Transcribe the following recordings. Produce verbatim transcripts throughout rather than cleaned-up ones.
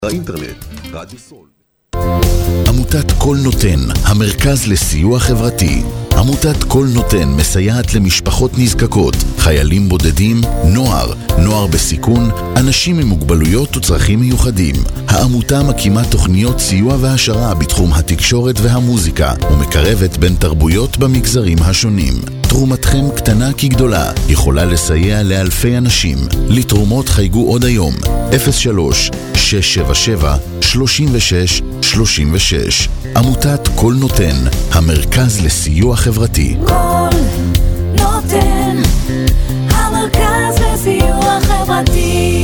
האינטרנט, רדיו סול. עמותת כל נותן, המרכז לסיוע חברתי. עמותת כל נותן מסייעת למשפחות נזקקות, חיילים בודדים, נוער, נוער בסיכון, אנשים עם מוגבלויות וצרכים מיוחדים. העמותה מקימה תוכניות סיוע והשרה בתחום התקשורת והמוזיקה, ומקרבת בין תרבויות במגזרים השונים. תרומתכם קטנה כגדולה, יכולה לסייע לאלפי אנשים. לתרומות חייגו עוד היום, אפס שלוש שש שבע שבע שלושים ושש שלושים ושש. עמותת כל נותן, המרכז לסיוע חברתי. כל נותן, המרכז לסיוע חברתי.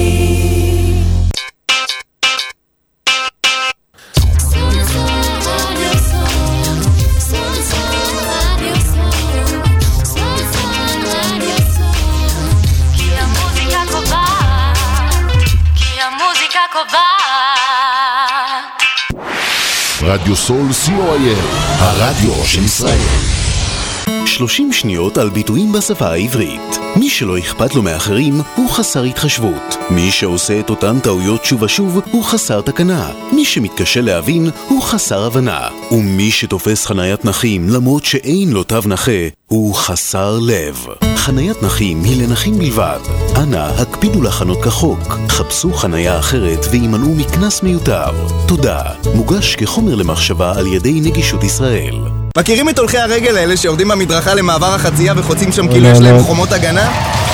רדיו סול סי או איי אל, הרדיו של ישראל. שלושים שניות על ביטויים בשפה העברית. מי שלא אכפת לו מאחרים הוא חסר התחשבות. מי שעושה את אותן טעויות שוב ושוב הוא חסר תקנה. מי שמתקשה להבין הוא חסר הבנה. ומי שתופס חניית נכים למרות שאין לו תו נכה הוא חסר לב. חניית נכים היא לנכים בלבד. אנא, הקפידו לחנות כחוק. חפשו חניה אחרת וימנעו מכנס מיותר. תודה. מוגש כחומר למחשבה על ידי נגישות ישראל. מכירים את הולכי הרגל האלה שיורדים במדרכה למעבר החצייה וחוצים שם כאילו יש להם חומות הגנה?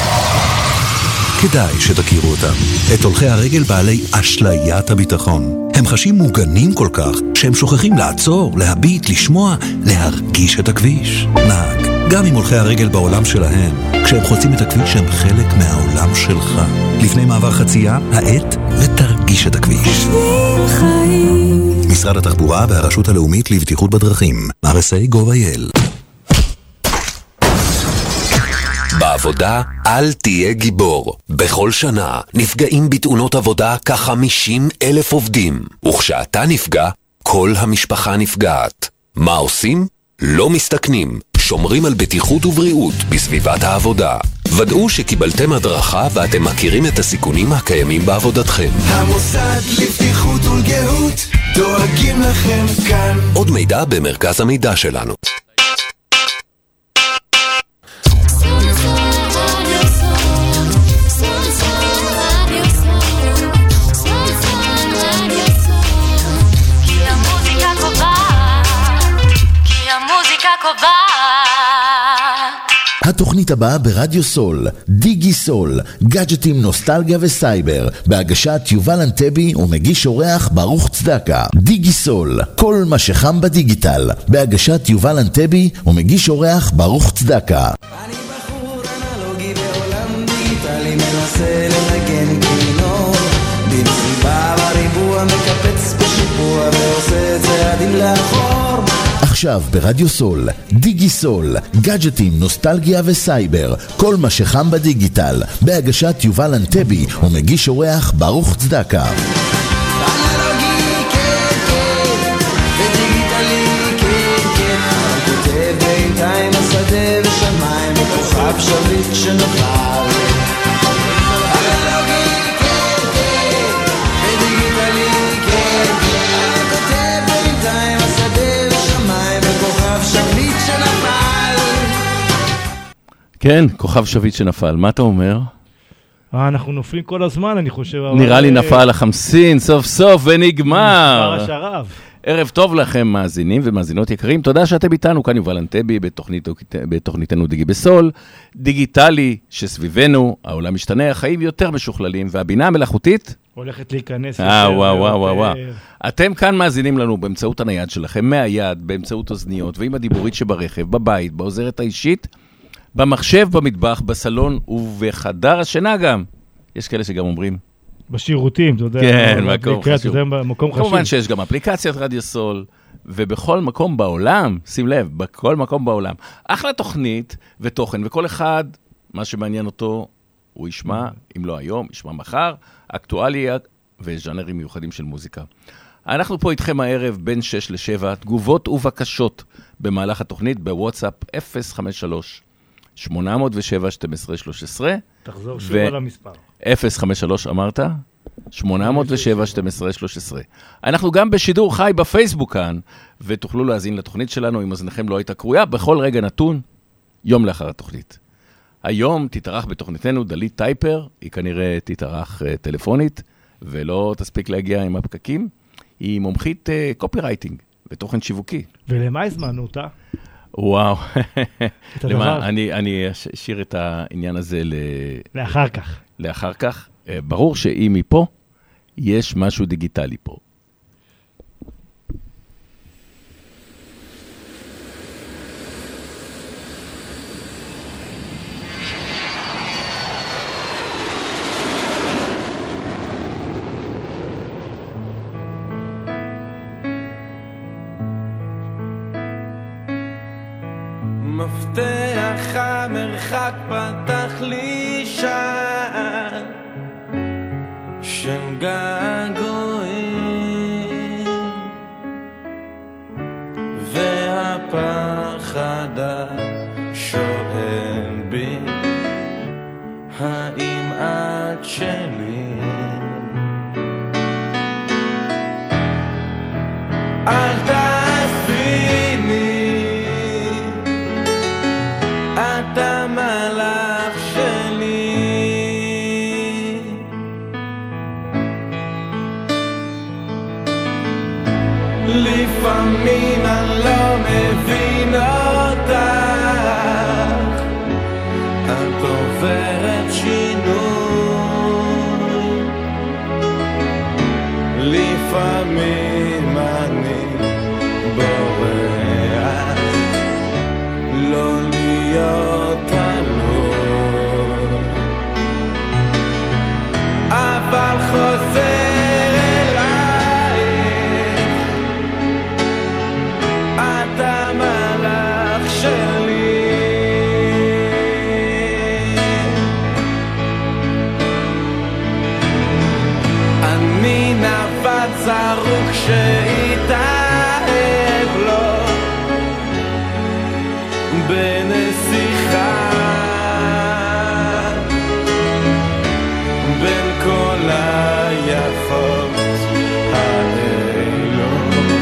כדאי שתכירו אותם. את הולכי הרגל בעלי אשליית הביטחון. הם חשים מוגנים כל כך שהם שוכחים לעצור, להביט, לשמוע, להרגיש את הכביש. נהג, גם עם הולכי הרגל בעולם שלהם, כשהם חוצים את הכביש הם חלק מהעולם שלך. לפני מעבר חצייה, העט ותרגיש את הכביש. בשביל חיים. משרד התחבורה והרשות הלאומית לבטיחות בדרכים. אר אס איי גוב איי אל. בעבודה אל תהיה גיבור. בכל שנה נפגעים בתאונות עבודה כ-חמישים אלף עובדים. וכשאתה נפגע, כל המשפחה נפגעת. מה עושים? לא מסתכנים. שומרים על בטיחות ובריאות בסביבת העבודה. ודאו שקיבלתם הדרכה ואתם מכירים את הסיכונים הקיימים בעבודתכם. המוסד לבטיחות ולגהות דואגים לכם כאן. עוד מידע במרכז המידע שלנו. התוכנית הבאה ברדיו סול, דיגי סול, גאדג'טים, נוסטלגיה וסייבר, בהגשת יובל אנטבי ומגיש אורח ברוך צדקה. דיגי סול, כל מה שחם בדיגיטל, בהגשת יובל אנטבי ומגיש אורח ברוך צדקה. אני בחור אנלוגי בעולם דיגיטלי, מנסה לנגן כינור במסיבה בריבוע, מקפץ בשיפוע ועושה צעדים לאחור. עכשיו ברדיו סול, דיגי סול, גאדג'טים, נוסטלגיה וסייבר, כל מה שחם בדיגיטל, בהגשת יובל אנטבי ומגיש אורח ברוך צדקה. אנלוגי כן כן, ודיגיטלי כן כן, כותב בינתיים השדה ושמיים, וכוכב שביט שנפל. אנלוגי כן כן, ודיגיטלי כן כן, כותב בינתיים השדה כן, כוכב שביט שנפל. מה אתה אומר? אה, אנחנו נופלים כל הזמן, אני חושב. נראה לי נפל החמסין, סוף סוף, ונגמר. מספר השרב. ערב טוב לכם, מאזינים ומאזינות יקרים. תודה שאתם איתנו, כאן יובל אנטבי, בתוכנית, בתוכניתנו דיגי בסול. דיגיטלי שסביבנו, העולם משתנה, החיים יותר משוכללים, והבינה המלאכותית הולכת להיכנס. אה, וואו, וואו, וואו, וואו. אתם כאן מאזינים לנו באמצעות הנייד שלכם, מהיד, באמצעות אוזניות, ועם הדיבורית שברכב, בבית, בעוזרת האישית, במחשב, במטבח, בסלון ובחדר השינה גם. יש כאלה שגם אומרים. בשירותים, אתה יודע. כן, מקום חשוב. מקום חשוב. כמובן שיש גם אפליקציית רדיו סול, ובכל מקום בעולם, שים לב, בכל מקום בעולם. אחלה תוכנית ותוכן, וכל אחד, מה שמעניין אותו, הוא ישמע, אם לא היום, ישמע מחר, אקטואליה וז'אנרים מיוחדים של מוזיקה. אנחנו פה איתכם הערב בין שש לשבע, תגובות ובקשות במהלך התוכנית בוואטסאפ אפס חמש שלוש שמונה אפס שבע שתים עשרה שלוש עשרה. תחזור שוב על המספר. אפס חמש שלוש אמרת? שמונה אפס שבע שתים עשרה שלוש עשרה. אנחנו גם בשידור חי בפייסבוק כאן, ותוכלו להזין לתוכנית שלנו, אם אוזניכם לא הייתה קרויה, בכל רגע נתון, יום לאחר התוכנית. היום תתארח בתוכניתנו דלית טייפר, היא כנראה תתארח uh, טלפונית, ולא תספיק להגיע עם הפקקים. היא מומחית uh, קופירייטינג ותוכן שיווקי. ולמה הזמנו אותה? וואו. את הדבר. אני, אני אשאיר את העניין הזה ל... לאחר כך. לאחר כך. Uh, ברור שאם מפה, יש משהו דיגיטלי פה. מפתח המרחק פתח לי שער של געגועים, והפחד שואל בי האם את שלי. אל תעזביני, אתה מלאך שלי, לפעמים אני לא מבין אותך, את עוברת שינוי, לפעמים אני בורח לא להיות תלוי, אבל חוזר אלייך, אתה מלאך שלי. אני נווט זרוק שהתאהב לו בנסיכה בין כל היפות האלו,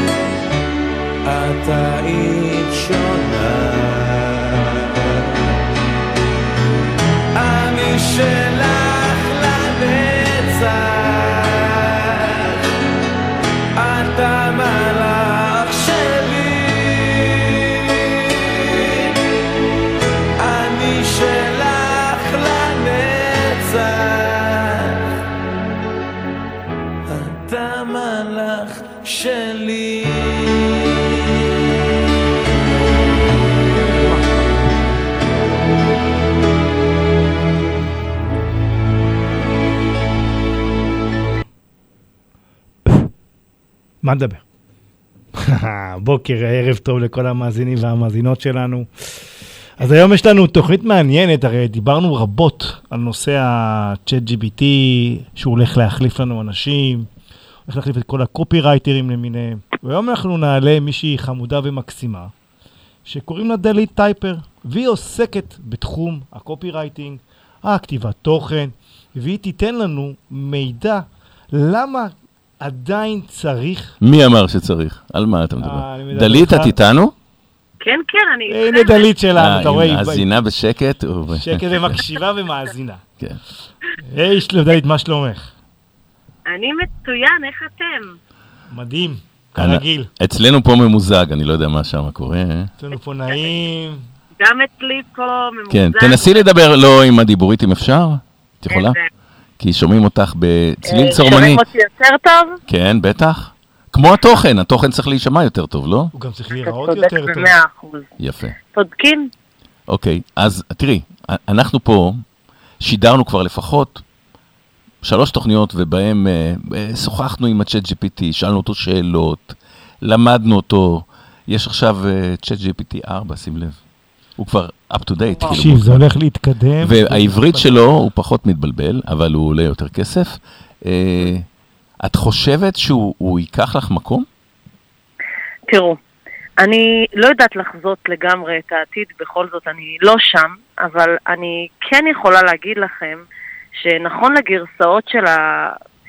את היית שונה, אני שלך לנצח, אתה מלאך שלי, אני שלך לנצח, אתה מלאך שלי. מה נדבר? בוקר, ערב טוב לכל המאזינים והמאזינות שלנו. אז היום יש לנו תוכנית מעניינת, הרי דיברנו רבות על נושא ה-צ'אט ג'י פי טי, שהוא הולך להחליף לנו אנשים, הולך להחליף את כל הקופירייטרים למיניהם, והיום אנחנו נעלה מישהי חמודה ומקסימה, שקוראים לה דלית טייפר, והיא עוסקת בתחום הקופירייטינג, הכתיבת תוכן, והיא תיתן לנו מידע למה עדיין צריך... מי אמר שצריך? על מה אתה מדבר? דלית, את איתנו? כן, כן, אני... הנה דלית שלנו, אתה רואה? מאזינה בשקט. שקט ומקשיבה ומאזינה. כן. היי, שלום דלית, מה שלומך? אני מצוין, איך אתם? מדהים, כרגיל. אצלנו פה ממוזג, אני לא יודע מה שם קורה. אצלנו פה נעים. גם אצלי פה ממוזג. כן, תנסי לדבר לא עם הדיבורית אם אפשר. את יכולה? כי שומעים אותך בצליל צורמני. שומעים אותי יותר טוב? כן, בטח. כמו התוכן, התוכן צריך להישמע יותר טוב, לא? הוא גם צריך להיראות יותר טוב. צודק במאה אחוז. יפה. צודקים. אוקיי, אז תראי, אנחנו פה שידרנו כבר לפחות שלוש תוכניות, ובהם שוחחנו עם ה-צ'אט ג'י פי טי, שאלנו אותו שאלות, למדנו אותו, יש עכשיו צ'אט ג'י פי טי ארבע, שים לב. הוא כבר up to date. תקשיב, זה הולך להתקדם. והעברית שלו הוא פחות מתבלבל, אבל הוא עולה יותר כסף. את חושבת שהוא ייקח לך מקום? תראו, אני לא יודעת לחזות לגמרי את העתיד, בכל זאת אני לא שם, אבל אני כן יכולה להגיד לכם שנכון לגרסאות של, ה...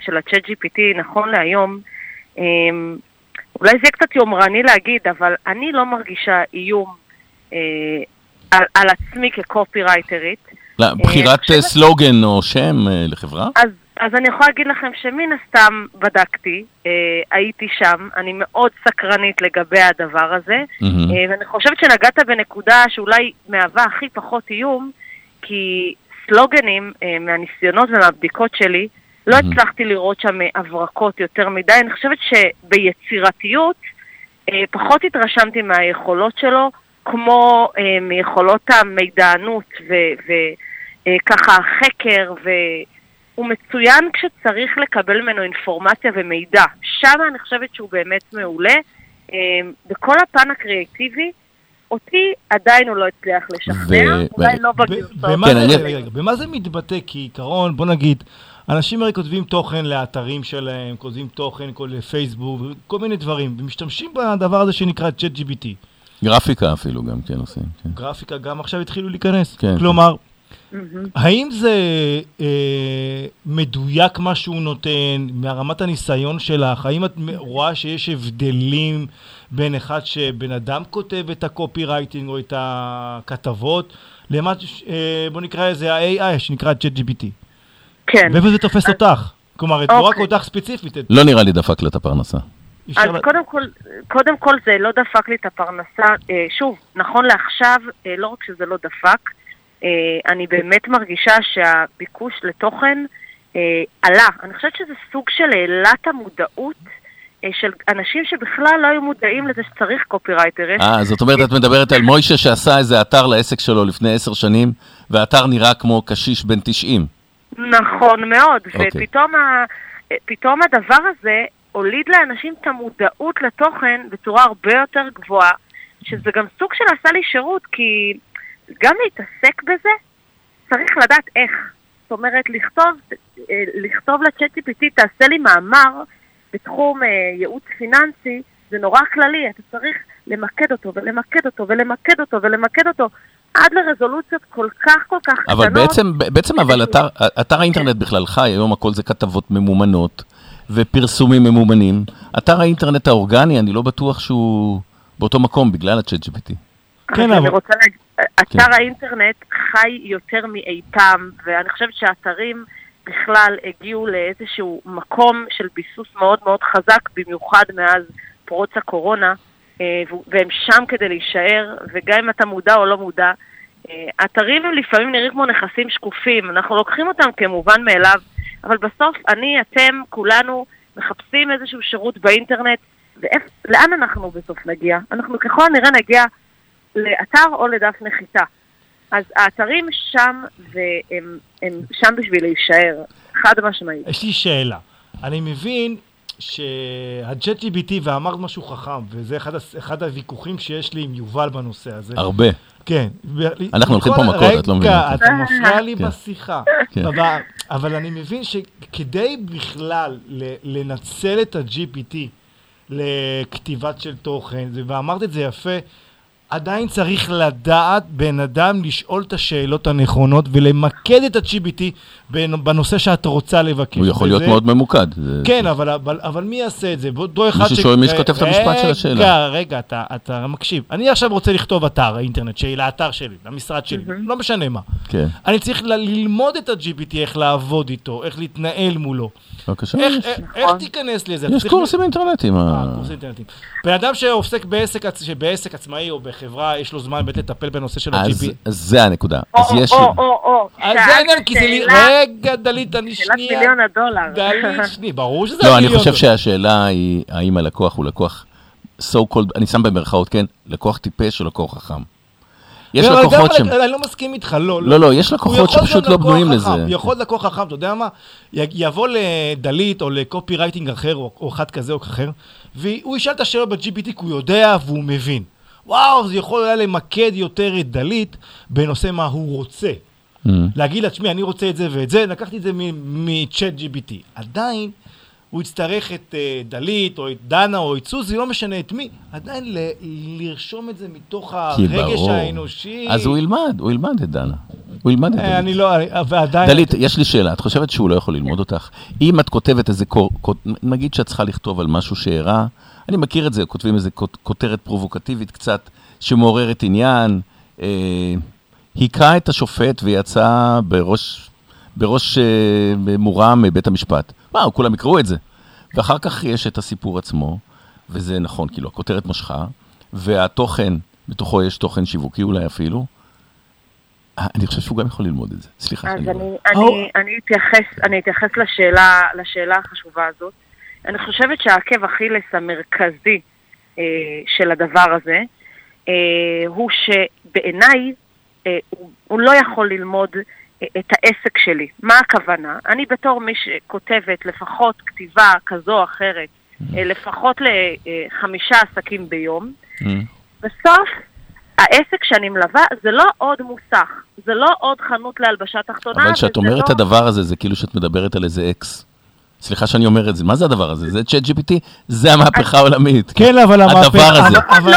של ה-צ'אט ג'י פי טי נכון להיום, אולי זה קצת יומרני להגיד, אבל אני לא מרגישה איום על, על עצמי כקופירייטרית. בחירת סלוגן או שם לחברה? אז, אז אני יכולה להגיד לכם שמן הסתם בדקתי, הייתי שם, אני מאוד סקרנית לגבי הדבר הזה, ואני חושבת שנגעת בנקודה שאולי מהווה הכי פחות איום, כי סלוגנים מהניסיונות ומהבדיקות שלי, לא הצלחתי לראות שם הברקות יותר מדי. אני חושבת שביצירתיות פחות התרשמתי מהיכולות שלו, כמו מיכולות המידענות וככה החקר, והוא מצוין כשצריך לקבל ממנו אינפורמציה ומידע. שם אני חושבת שהוא באמת מעולה. בכל הפן הקריאטיבי, אותי עדיין הוא לא הצליח לשכנע, אולי לא בגרסות. במה זה מתבטא? כי עיקרון, בוא נגיד, אנשים הרי כותבים תוכן לאתרים שלהם, כותבים תוכן לפייסבוק, כל מיני דברים, ומשתמשים בדבר הזה שנקרא צ'אט ג'י פי טי. גרפיקה אפילו גם, כן, עושים. גרפיקה גם עכשיו התחילו להיכנס. כלומר, האם זה מדויק מה שהוא נותן, מהרמת הניסיון שלך? האם את רואה שיש הבדלים בין אחד שבן אדם כותב את הקופי רייטינג או את הכתבות, למה, בוא נקרא איזה ה-איי איי שנקרא צ'אט ג'י פי טי? כן. ואיפה זה תופס אותך? כלומר, לא רק אותך ספציפית. לא נראה לי דפק לה את הפרנסה. אז קודם כל, קודם כל זה לא דפק לי את הפרנסה. שוב, נכון לעכשיו, לא רק שזה לא דפק, אני באמת מרגישה שהביקוש לתוכן עלה. אני חושבת שזה סוג של העלת המודעות של אנשים שבכלל לא היו מודעים לזה שצריך קופירייטר. אה, זאת אומרת, את מדברת על מוישה שעשה איזה אתר לעסק שלו לפני עשר שנים, והאתר נראה כמו קשיש בן תשעים. נכון מאוד, ופתאום פתאום הדבר הזה הוליד לאנשים את המודעות לתוכן בצורה הרבה יותר גבוהה, שזה גם סוג של עשה לי שירות, כי גם להתעסק בזה צריך לדעת איך. זאת אומרת, לכתוב, לכתוב ל-צ'אט ג'י פי טי, תעשה לי מאמר בתחום ייעוץ פיננסי, זה נורא כללי, אתה צריך למקד אותו ולמקד אותו ולמקד אותו ולמקד אותו, עד לרזולוציות כל כך כל כך קטנות. אבל בעצם, בעצם אבל אתר, אתר האינטרנט בכלל חי, היום הכל זה כתבות ממומנות ופרסומים ממומנים. אתר האינטרנט האורגני, אני לא בטוח שהוא באותו מקום בגלל ה-צ'אט ג'י פי טי. כן, אבל... אני רוצה להגיד, אתר האינטרנט חי יותר מאי פעם, ואני חושבת שהאתרים בכלל הגיעו לאיזשהו מקום של ביסוס מאוד מאוד חזק, במיוחד מאז פרוץ הקורונה, והם שם כדי להישאר, וגם אם אתה מודע או לא מודע, האתרים הם לפעמים נראים כמו נכסים שקופים, אנחנו לוקחים אותם כמובן מאליו, אבל בסוף אני, אתם, כולנו מחפשים איזשהו שירות באינטרנט, ולאן אנחנו בסוף נגיע? אנחנו ככל נראה נגיע לאתר או לדף נחיתה. אז האתרים שם, והם הם שם בשביל להישאר, חד משמעית. יש לי שאלה. אני מבין שה-צ'אט ג'י פי טי, ואמרת משהו חכם, וזה אחד, אחד הוויכוחים שיש לי עם יובל בנושא הזה. הרבה. כן. אנחנו הולכים פה מכות, את לא מבינה. רגע, אתה מפריע לי בשיחה. אבל אני מבין שכדי בכלל לנצל את ה-ג'י פי טי לכתיבת של תוכן, ואמרת את זה יפה, עדיין צריך לדעת בן אדם לשאול את השאלות הנכונות ולמקד את ה-ג'י פי טי בנושא שאת רוצה לבקש. הוא יכול להיות מאוד ממוקד. כן, אבל מי יעשה את זה? מי ששואל מי שכותב את המשפט של השאלה. רגע, רגע, אתה מקשיב. אני עכשיו רוצה לכתוב אתר האינטרנט שלי, לאתר שלי, למשרד שלי, לא משנה מה. אני צריך ללמוד את ה-ג'י פי טי, איך לעבוד איתו, איך להתנהל מולו. בבקשה. איך תיכנס לזה? יש קורסים אינטרנטיים. קורסים אינטרנטיים. בן אדם שעוסק בעסק עצמאי או חברה, יש לו זמן בית לטפל בנושא של ה-ג'י פי. אז זה הנקודה. אז יש... או, או, או, אז זה העניין, כי זה לי... רגע, דלית, אני שנייה. שאלת מיליון הדולר. דלית, שנייה, ברור שזה לא, אני חושב שהשאלה היא, האם הלקוח הוא לקוח, so called, אני שם במרכאות, כן, לקוח טיפש או לקוח חכם. יש לקוחות שהם... אני לא מסכים איתך, לא. לא, לא, יש לקוחות שפשוט לא בנויים לזה. יכול לקוח חכם, אתה יודע מה? יבוא לדלית או לקופי רייטינג אחר, או אחד כזה או אחר, והוא ישאל את השאלה ב-ג'י פי טי, כי הוא יודע והוא מבין. וואו, זה יכול היה למקד יותר את דלית בנושא מה הוא רוצה. Mm. להגיד לעצמי, אני רוצה את זה ואת זה, לקחתי את זה מ-צ'אט ג'י פי טי. עדיין הוא יצטרך את uh, דלית או את דנה או את סוזי, לא משנה את מי, עדיין ל- לרשום את זה מתוך הרגש האנושי. אז הוא ילמד, הוא ילמד את דנה. הוא ילמד את דלית. אני לא, ועדיין... דלית, יש לי שאלה, את חושבת שהוא לא יכול ללמוד אותך? אם את כותבת איזה, נגיד שאת צריכה לכתוב על משהו שהראה, אני מכיר את זה, כותבים איזה כותרת פרובוקטיבית קצת, שמעוררת עניין, היכה את השופט ויצא בראש, בראש מורם מבית המשפט. מה, כולם יקראו את זה. ואחר כך יש את הסיפור עצמו, וזה נכון, כאילו, הכותרת משכה, והתוכן, בתוכו יש תוכן שיווקי אולי אפילו, אני חושב שהוא גם יכול ללמוד את זה. סליחה. אז אני, אני, אני אתייחס, אני אתייחס לשאלה, לשאלה החשובה הזאת. אני חושבת שהעקב אכילס המרכזי אה, של הדבר הזה, אה, הוא שבעיניי אה, הוא, הוא לא יכול ללמוד אה, את העסק שלי. מה הכוונה? אני בתור מי שכותבת לפחות כתיבה כזו או אחרת, אה, לפחות לחמישה עסקים ביום, mm. בסוף העסק שאני מלווה זה לא עוד מוסך, זה לא עוד חנות להלבשה תחתונה. אבל כשאת אומרת את לא... הדבר הזה, זה כאילו שאת מדברת על איזה אקס. סליחה שאני אומר את זה, מה זה הדבר הזה? זה צ'אט ג'י פי טי? זה המהפכה העולמית. כן, אבל הדבר הזה,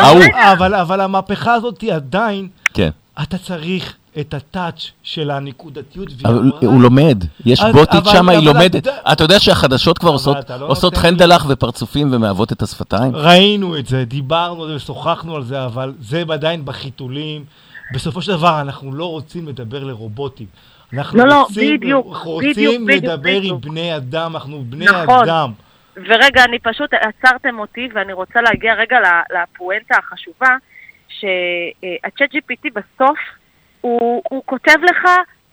אבל המהפכה הזאת היא עדיין, כן. אתה צריך את הטאץ' של הנקודתיות. הוא לומד, יש בוטית שם, היא לומדת. אתה יודע שהחדשות כבר עושות חנדלח ופרצופים ומעוות את השפתיים? ראינו את זה, דיברנו על זה ושוחחנו על זה, אבל זה עדיין בחיתולים. בסופו של דבר אנחנו לא רוצים לדבר לרובוטים. אנחנו לא, רוצים, לא, בדיוק, רוצים בדיוק, לדבר בדיוק. עם בני אדם, אנחנו בני נכון. אדם. ורגע, אני פשוט עצרתם אותי, ואני רוצה להגיע רגע לפואנטה החשובה, שה-צ'אט ג'י פי טי בסוף, הוא, הוא כותב לך,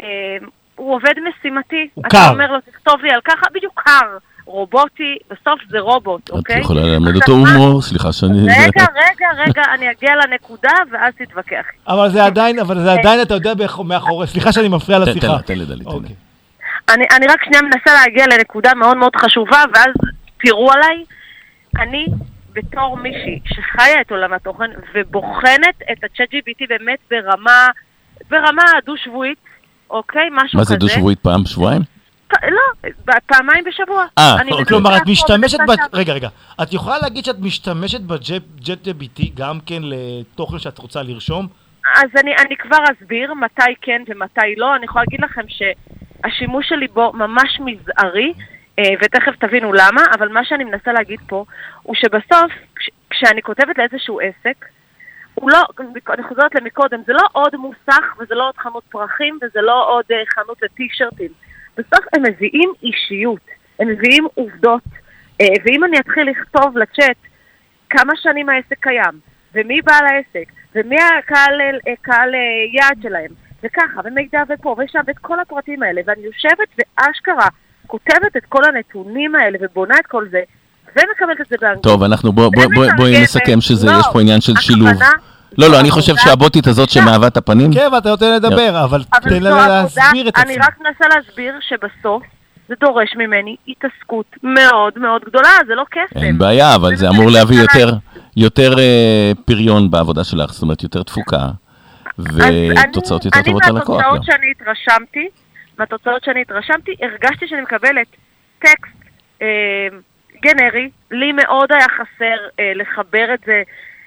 הוא עובד משימתי. הוא אתה קר. אומר לו, תכתוב לי על ככה, בדיוק קר, רובוטי, בסוף זה רובוט, אוקיי? את יכולה ללמד אותו הומור, סליחה שאני... רגע, רגע, רגע, אני אגיע לנקודה, ואז תתווכח. אבל זה עדיין, אבל זה עדיין, אתה יודע, מאחורי, סליחה שאני מפריע לשיחה. תן לי, תן לי, תן לי. אני, אני רק שנייה מנסה להגיע לנקודה מאוד מאוד חשובה, ואז תראו עליי, אני בתור מישהי שחיה את עולם התוכן, ובוחנת את ה-צ'אט ג'י פי טי באמת ברמה, ברמה דו-שבועית, אוקיי? משהו כזה. מה זה דו-שבועית? פעם, שבועיים? לא, פעמיים בשבוע. אה, כלומר, את משתמשת, רגע, רגע, את יכולה להגיד שאת משתמשת ב-צ'אט ג'י פי טי גם כן לתוכן שאת רוצה לרשום? אז אני, אני כבר אסביר מתי כן ומתי לא. אני יכולה להגיד לכם שהשימוש שלי בו ממש מזערי, ותכף תבינו למה, אבל מה שאני מנסה להגיד פה, הוא שבסוף, כש, כשאני כותבת לאיזשהו עסק, הוא לא, אני חוזרת למקודם, זה לא עוד מוסך, וזה לא עוד חנות פרחים, וזה לא עוד חנות לטי-שרטים. בסוף הם מביאים אישיות, הם מביאים עובדות, ואם אני אתחיל לכתוב לצ'אט כמה שנים העסק קיים, ומי בעל העסק, ומי הקהל, קהל יעד שלהם, וככה, ומידע ופה, ושם, ואת כל הפרטים האלה, ואני יושבת ואשכרה כותבת את כל הנתונים האלה, ובונה את כל זה, ומקבלת את זה באנגלית. טוב, אנחנו בואי נסכם שיש פה עניין של שילוב. לא, לא, אני חושב שהבוטית הזאת שמהווה את הפנים... כן, ואתה רוצה לדבר, אבל תן לה להסביר את עצמי. אני רק מנסה להסביר שבסוף זה דורש ממני התעסקות מאוד מאוד גדולה, זה לא כסף. אין בעיה, אבל זה אמור להביא יותר פריון בעבודה שלך, זאת אומרת, יותר תפוקה, ותוצאות יותר טובות על לקוח. אני מהתוצאות שאני התרשמתי, מהתוצאות שאני התרשמתי, הרגשתי שאני מקבלת טקסט גנרי, לי מאוד היה חסר לחבר את זה,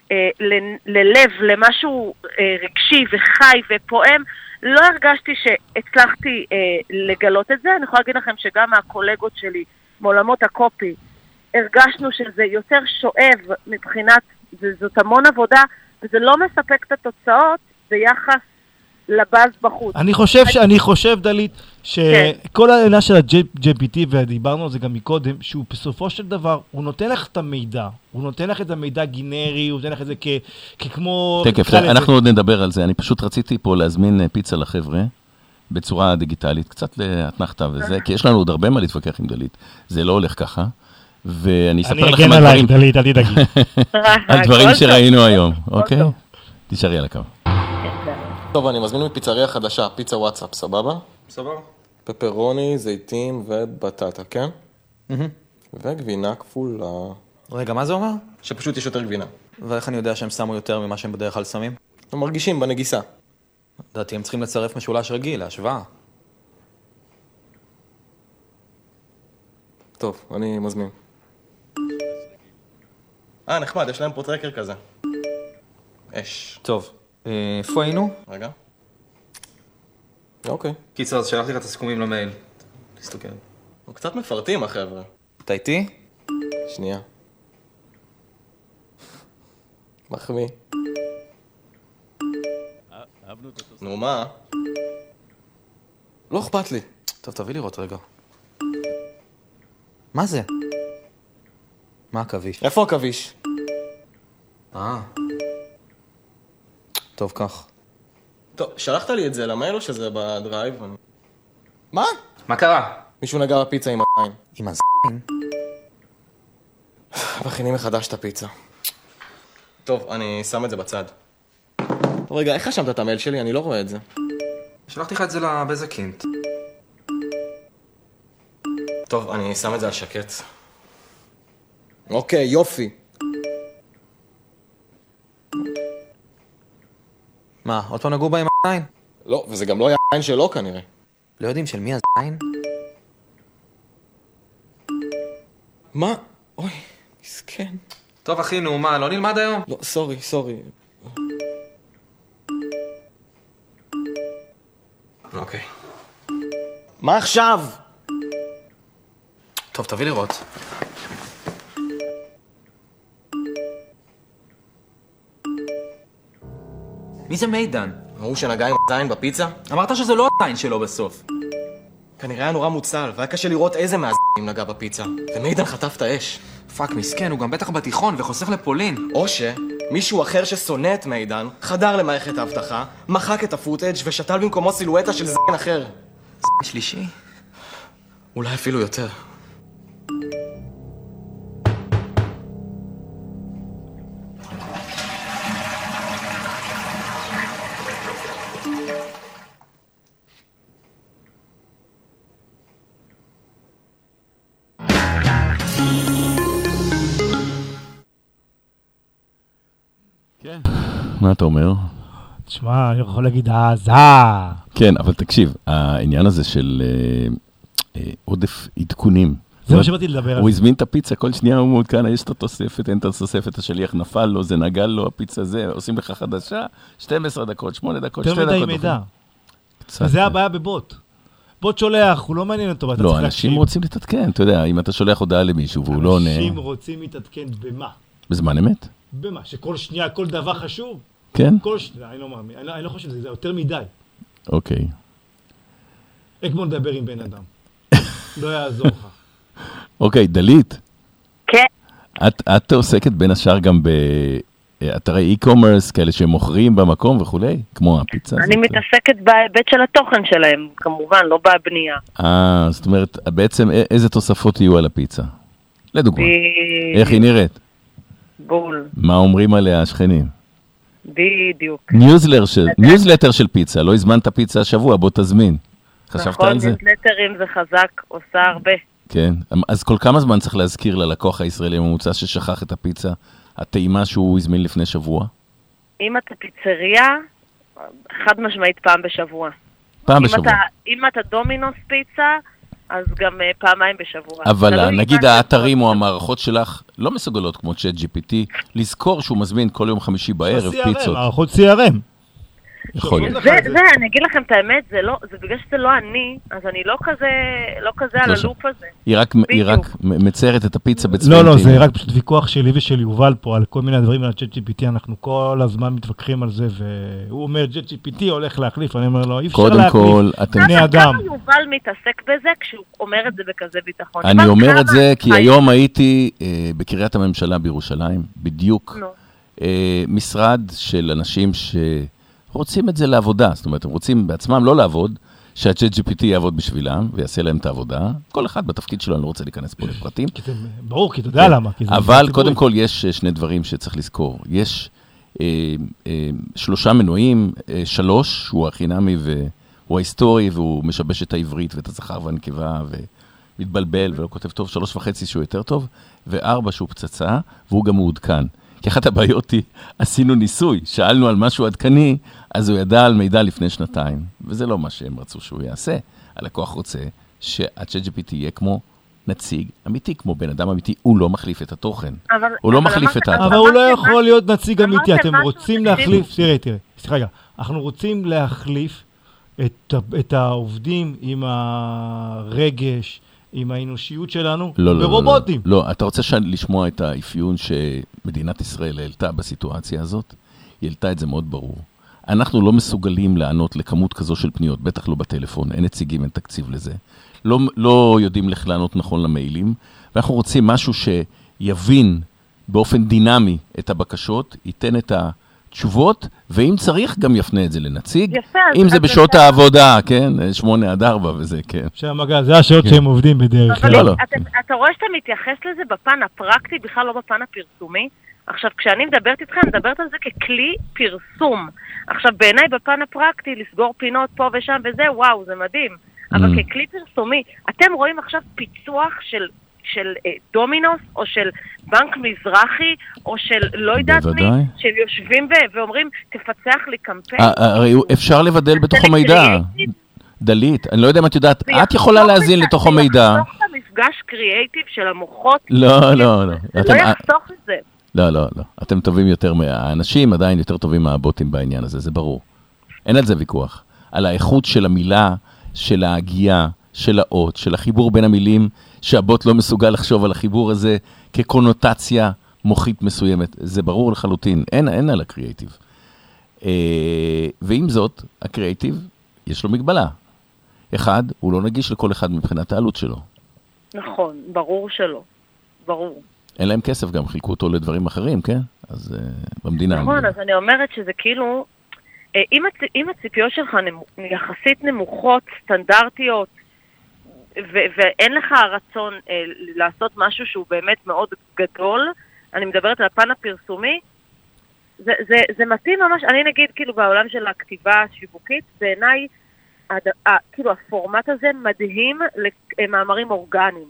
ללב, למשהו רגשי וחי ופועם. לא הרגשתי שהצלחתי לגלות את זה. אני יכולה להגיד לכם שגם מהקולגות שלי מעולמות הקופי הרגשנו שזה יותר שואב מבחינת, זאת המון עבודה, וזה לא מספק את התוצאות ביחס לבאז בחוץ. אני חושב, אני חושב, דלית, שכל העניין של ה-ג'י פי טי, ודיברנו על זה גם מקודם, שהוא בסופו של דבר, הוא נותן לך את המידע, הוא נותן לך את המידע גינרי, הוא נותן לך את זה ככמו... תקף, אנחנו עוד נדבר על זה, אני פשוט רציתי פה להזמין פיצה לחבר'ה, בצורה דיגיטלית, קצת להתנחתה וזה, כי יש לנו עוד הרבה מה להתווכח עם דלית, זה לא הולך ככה, ואני אספר לכם על דברים... דלית, אל תדאגי. על דברים שראינו היום, אוקיי? תישארי על הקו. טוב, אני מזמין מפיצריה חדשה, פיצה וואטסאפ, סבבה? סבבה. פפרוני, זיתים ובטטה, כן? וגבינה כפולה. רגע, מה זה אומר? שפשוט יש יותר גבינה. ואיך אני יודע שהם שמו יותר ממה שהם בדרך כלל שמים? הם מרגישים בנגיסה. לדעתי, הם צריכים לצרף משולש רגיל, להשוואה. טוב, אני מזמין. אה, נחמד, יש להם פה טרקר כזה. אש. טוב. איפה היינו? רגע. אוקיי. קיצר, אז שלחתי לך את הסיכומים למייל. תסתכל. הוא קצת מפרטים, החבר'ה. אתה איתי? שנייה. מחמיא. נו, מה? לא אכפת לי. טוב, תביא לראות רגע. מה זה? מה הכביש? איפה הכביש? אה. טוב, כך. טוב, שלחת לי את זה למייל או שזה בדרייב? מה? מה קרה? מישהו נגע בפיצה עם העין. עם הזין? מכינים מחדש את הפיצה. טוב, אני שם את זה בצד. טוב, רגע, איך חשמת את המייל שלי? אני לא רואה את זה. שלחתי לך את זה לבזקינט. טוב, אני שם את זה על שקט. אוקיי, יופי. מה, עוד פעם נגעו בה עם הזין? לא, וזה גם לא היה עין שלו כנראה. לא יודעים של מי הזין? מה? אוי, מסכן. טוב אחי, נו, מה, לא נלמד היום? לא, סורי, סורי. אוקיי. מה עכשיו? טוב, תביא לראות. מי זה מידן? הוא שנגע עם הזין בפיצה? אמרת שזה לא הזין שלו בסוף. כנראה היה נורא מוצל, והיה קשה לראות איזה מהזינים נגע בפיצה. ומידן חטף את האש. פאק, מסכן, הוא גם בטח בתיכון וחוסך לפולין. או שמישהו אחר ששונא את מידן, חדר למערכת האבטחה, מחק את הפוטאג' ושתל במקומו סילואטה של זין אחר. זין שלישי? אולי אפילו יותר. כן. מה אתה אומר? תשמע, אני יכול להגיד עזה. כן, אבל תקשיב, העניין הזה של אה, אה, עודף עדכונים. זה מה שבאתי לדבר על זה. הוא הזמין את הפיצה, כל שנייה הוא מעודכן, יש את התוספת, אין את התוספת, השליח נפל לו, זה נגל לו, הפיצה זה, עושים לך חדשה, שתים עשרה דקות, שמונה דקות, שתי דקות. יותר מדי מידע. וזה הבעיה בבוט. בוט שולח, הוא לא מעניין אותו. לא, אנשים רוצים להתעדכן, אתה יודע, אם אתה שולח הודעה למישהו והוא לא עונה... אנשים רוצים להתעדכן במה? בזמן אמת? במה? שכל שנייה, כל דבר חשוב? כן? כל שנייה, אני לא מאמין, אני לא חושב שזה יותר מדי. אוקיי. אגמון דבר עם בן אדם. לא יעזור לך. אוקיי, דלית. כן. את, את עוסקת בין השאר גם באתרי e-commerce, כאלה שמוכרים במקום וכולי, כמו הפיצה הזאת. אני מתעסקת בהיבט של התוכן שלהם, כמובן, לא בבנייה. אה, זאת אומרת, בעצם איזה תוספות יהיו על הפיצה? לדוגמה. איך היא נראית? בול. מה אומרים עליה השכנים? בדיוק. ניוזלטר של פיצה, לא הזמנת פיצה השבוע, בוא תזמין. חשבת על זה? נכון, ניוזלטרים זה חזק, עושה הרבה. כן, אז כל כמה זמן צריך להזכיר ללקוח הישראלי הממוצע ששכח את הפיצה, הטעימה שהוא הזמין לפני שבוע? אם אתה פיצריה, חד משמעית פעם בשבוע. פעם בשבוע. אם אתה דומינוס פיצה, אז גם פעמיים בשבוע. אבל נגיד האתרים או המערכות שלך לא מסוגלות כמו צ'אט ג'י פי טי, לזכור שהוא מזמין כל יום חמישי בערב פיצות. מערכות סי אר אם. יכול להיות. זה, זה, אני אגיד לכם את האמת, זה לא, זה בגלל שזה לא אני, אז אני לא כזה, לא כזה על הלופ הזה. היא רק, היא רק מציירת את הפיצה בצבעים. לא, לא, זה רק פשוט ויכוח שלי ושל יובל פה על כל מיני דברים על צ'אט ג'י פי טי, אנחנו כל הזמן מתווכחים על זה, והוא אומר, צ'אט ג'י פי טי הולך להחליף, אני אומר לו, אי אפשר להחליף, בני אדם. כמה יובל מתעסק בזה כשהוא אומר את זה בכזה ביטחון? אני אומר את זה כי היום הייתי בקריית הממשלה בירושלים, בדיוק, משרד של אנשים ש... רוצים את זה לעבודה, זאת אומרת, הם רוצים בעצמם לא לעבוד, שה-צ'אט ג'י פי טי יעבוד בשבילם, ויעשה להם את העבודה. כל אחד בתפקיד שלו, אני לא רוצה להיכנס פה לפרטים. ברור, כי אתה יודע למה. אבל קודם כל יש שני דברים שצריך לזכור. יש שלושה מנועים, שלוש, הוא החינמי והוא ההיסטורי, והוא משבש את העברית ואת הזכר והנקבה, ומתבלבל ולא כותב טוב, שלוש וחצי שהוא יותר טוב, וארבע שהוא פצצה, והוא גם מעודכן. כי אחת הבעיות היא, עשינו ניסוי, שאלנו על משהו עדכני, אז הוא ידע על מידע לפני שנתיים, וזה לא מה שהם רצו שהוא יעשה. הלקוח רוצה שה-צ'אט ג'י פי טי יהיה כמו נציג אמיתי, כמו בן אדם אמיתי, הוא לא מחליף את התוכן. אבל, הוא לא מחליף את התוכן. אבל הוא לא יכול להיות נציג אמיתי, אתם רוצים להחליף, תראה, תראה, סליחה רגע, אנחנו רוצים להחליף את, את העובדים עם הרגש, עם האנושיות שלנו, לא, לא, ברובוטים. לא, לא, אתה רוצה לשמוע את האפיון שמדינת ישראל העלתה בסיטואציה הזאת? היא העלתה את זה מאוד ברור. אנחנו לא מסוגלים לענות לכמות כזו של פניות, בטח לא בטלפון, אין נציגים, אין תקציב לזה. לא, לא יודעים לך לענות נכון למיילים, ואנחנו רוצים משהו שיבין באופן דינמי את הבקשות, ייתן את התשובות, ואם צריך גם יפנה את זה לנציג. יפה, אם זה בשעות זה... העבודה, כן? שמונה עד ארבע וזה, כן. שהמגע, זה השעות כן. שהם עובדים בדרך כלל. אבל לא, לא. אתה, אתה רואה שאתה מתייחס לזה בפן הפרקטי, בכלל לא בפן הפרסומי. עכשיו, כשאני מדברת איתך, אני מדברת על זה ככלי פרסום. עכשיו, בעיניי בפן הפרקטי, לסגור פינות פה ושם וזה, וואו, זה מדהים. אבל ככלי פרסומי, אתם רואים עכשיו פיצוח של, של אה, דומינוס, או של בנק מזרחי, או של לא יודעת מי, של יושבים ו- ואומרים, תפצח לי קמפיין. הרי אפשר לבדל בתוך המידע. דלית, אני לא יודע אם את יודעת, את יכולה להזין לתוך המידע. זה יחסוך את המפגש קריאייטיב של המוחות. לא, לא, לא. זה לא יחסוך את זה. לא, לא, לא. אתם טובים יותר מהאנשים, עדיין יותר טובים מהבוטים בעניין הזה, זה ברור. אין על זה ויכוח. על האיכות של המילה, של ההגייה, של האות, של החיבור בין המילים, שהבוט לא מסוגל לחשוב על החיבור הזה כקונוטציה מוחית מסוימת. זה ברור לחלוטין. אין, אין על הקריאייטיב. ועם זאת, הקריאייטיב, יש לו מגבלה. אחד, הוא לא נגיש לכל אחד מבחינת העלות שלו. נכון, ברור שלא. ברור. אין להם כסף, גם חילקו אותו לדברים אחרים, כן? אז uh, במדינה... נכון, אז אני אומרת שזה כאילו, אם, הצ... אם הציפיות שלך נמ... יחסית נמוכות, סטנדרטיות, ו... ואין לך הרצון uh, לעשות משהו שהוא באמת מאוד גדול, אני מדברת על הפן הפרסומי, זה, זה, זה מתאים ממש, אני נגיד כאילו בעולם של הכתיבה השיווקית, בעיניי, הד... ה... כאילו הפורמט הזה מדהים למאמרים אורגניים,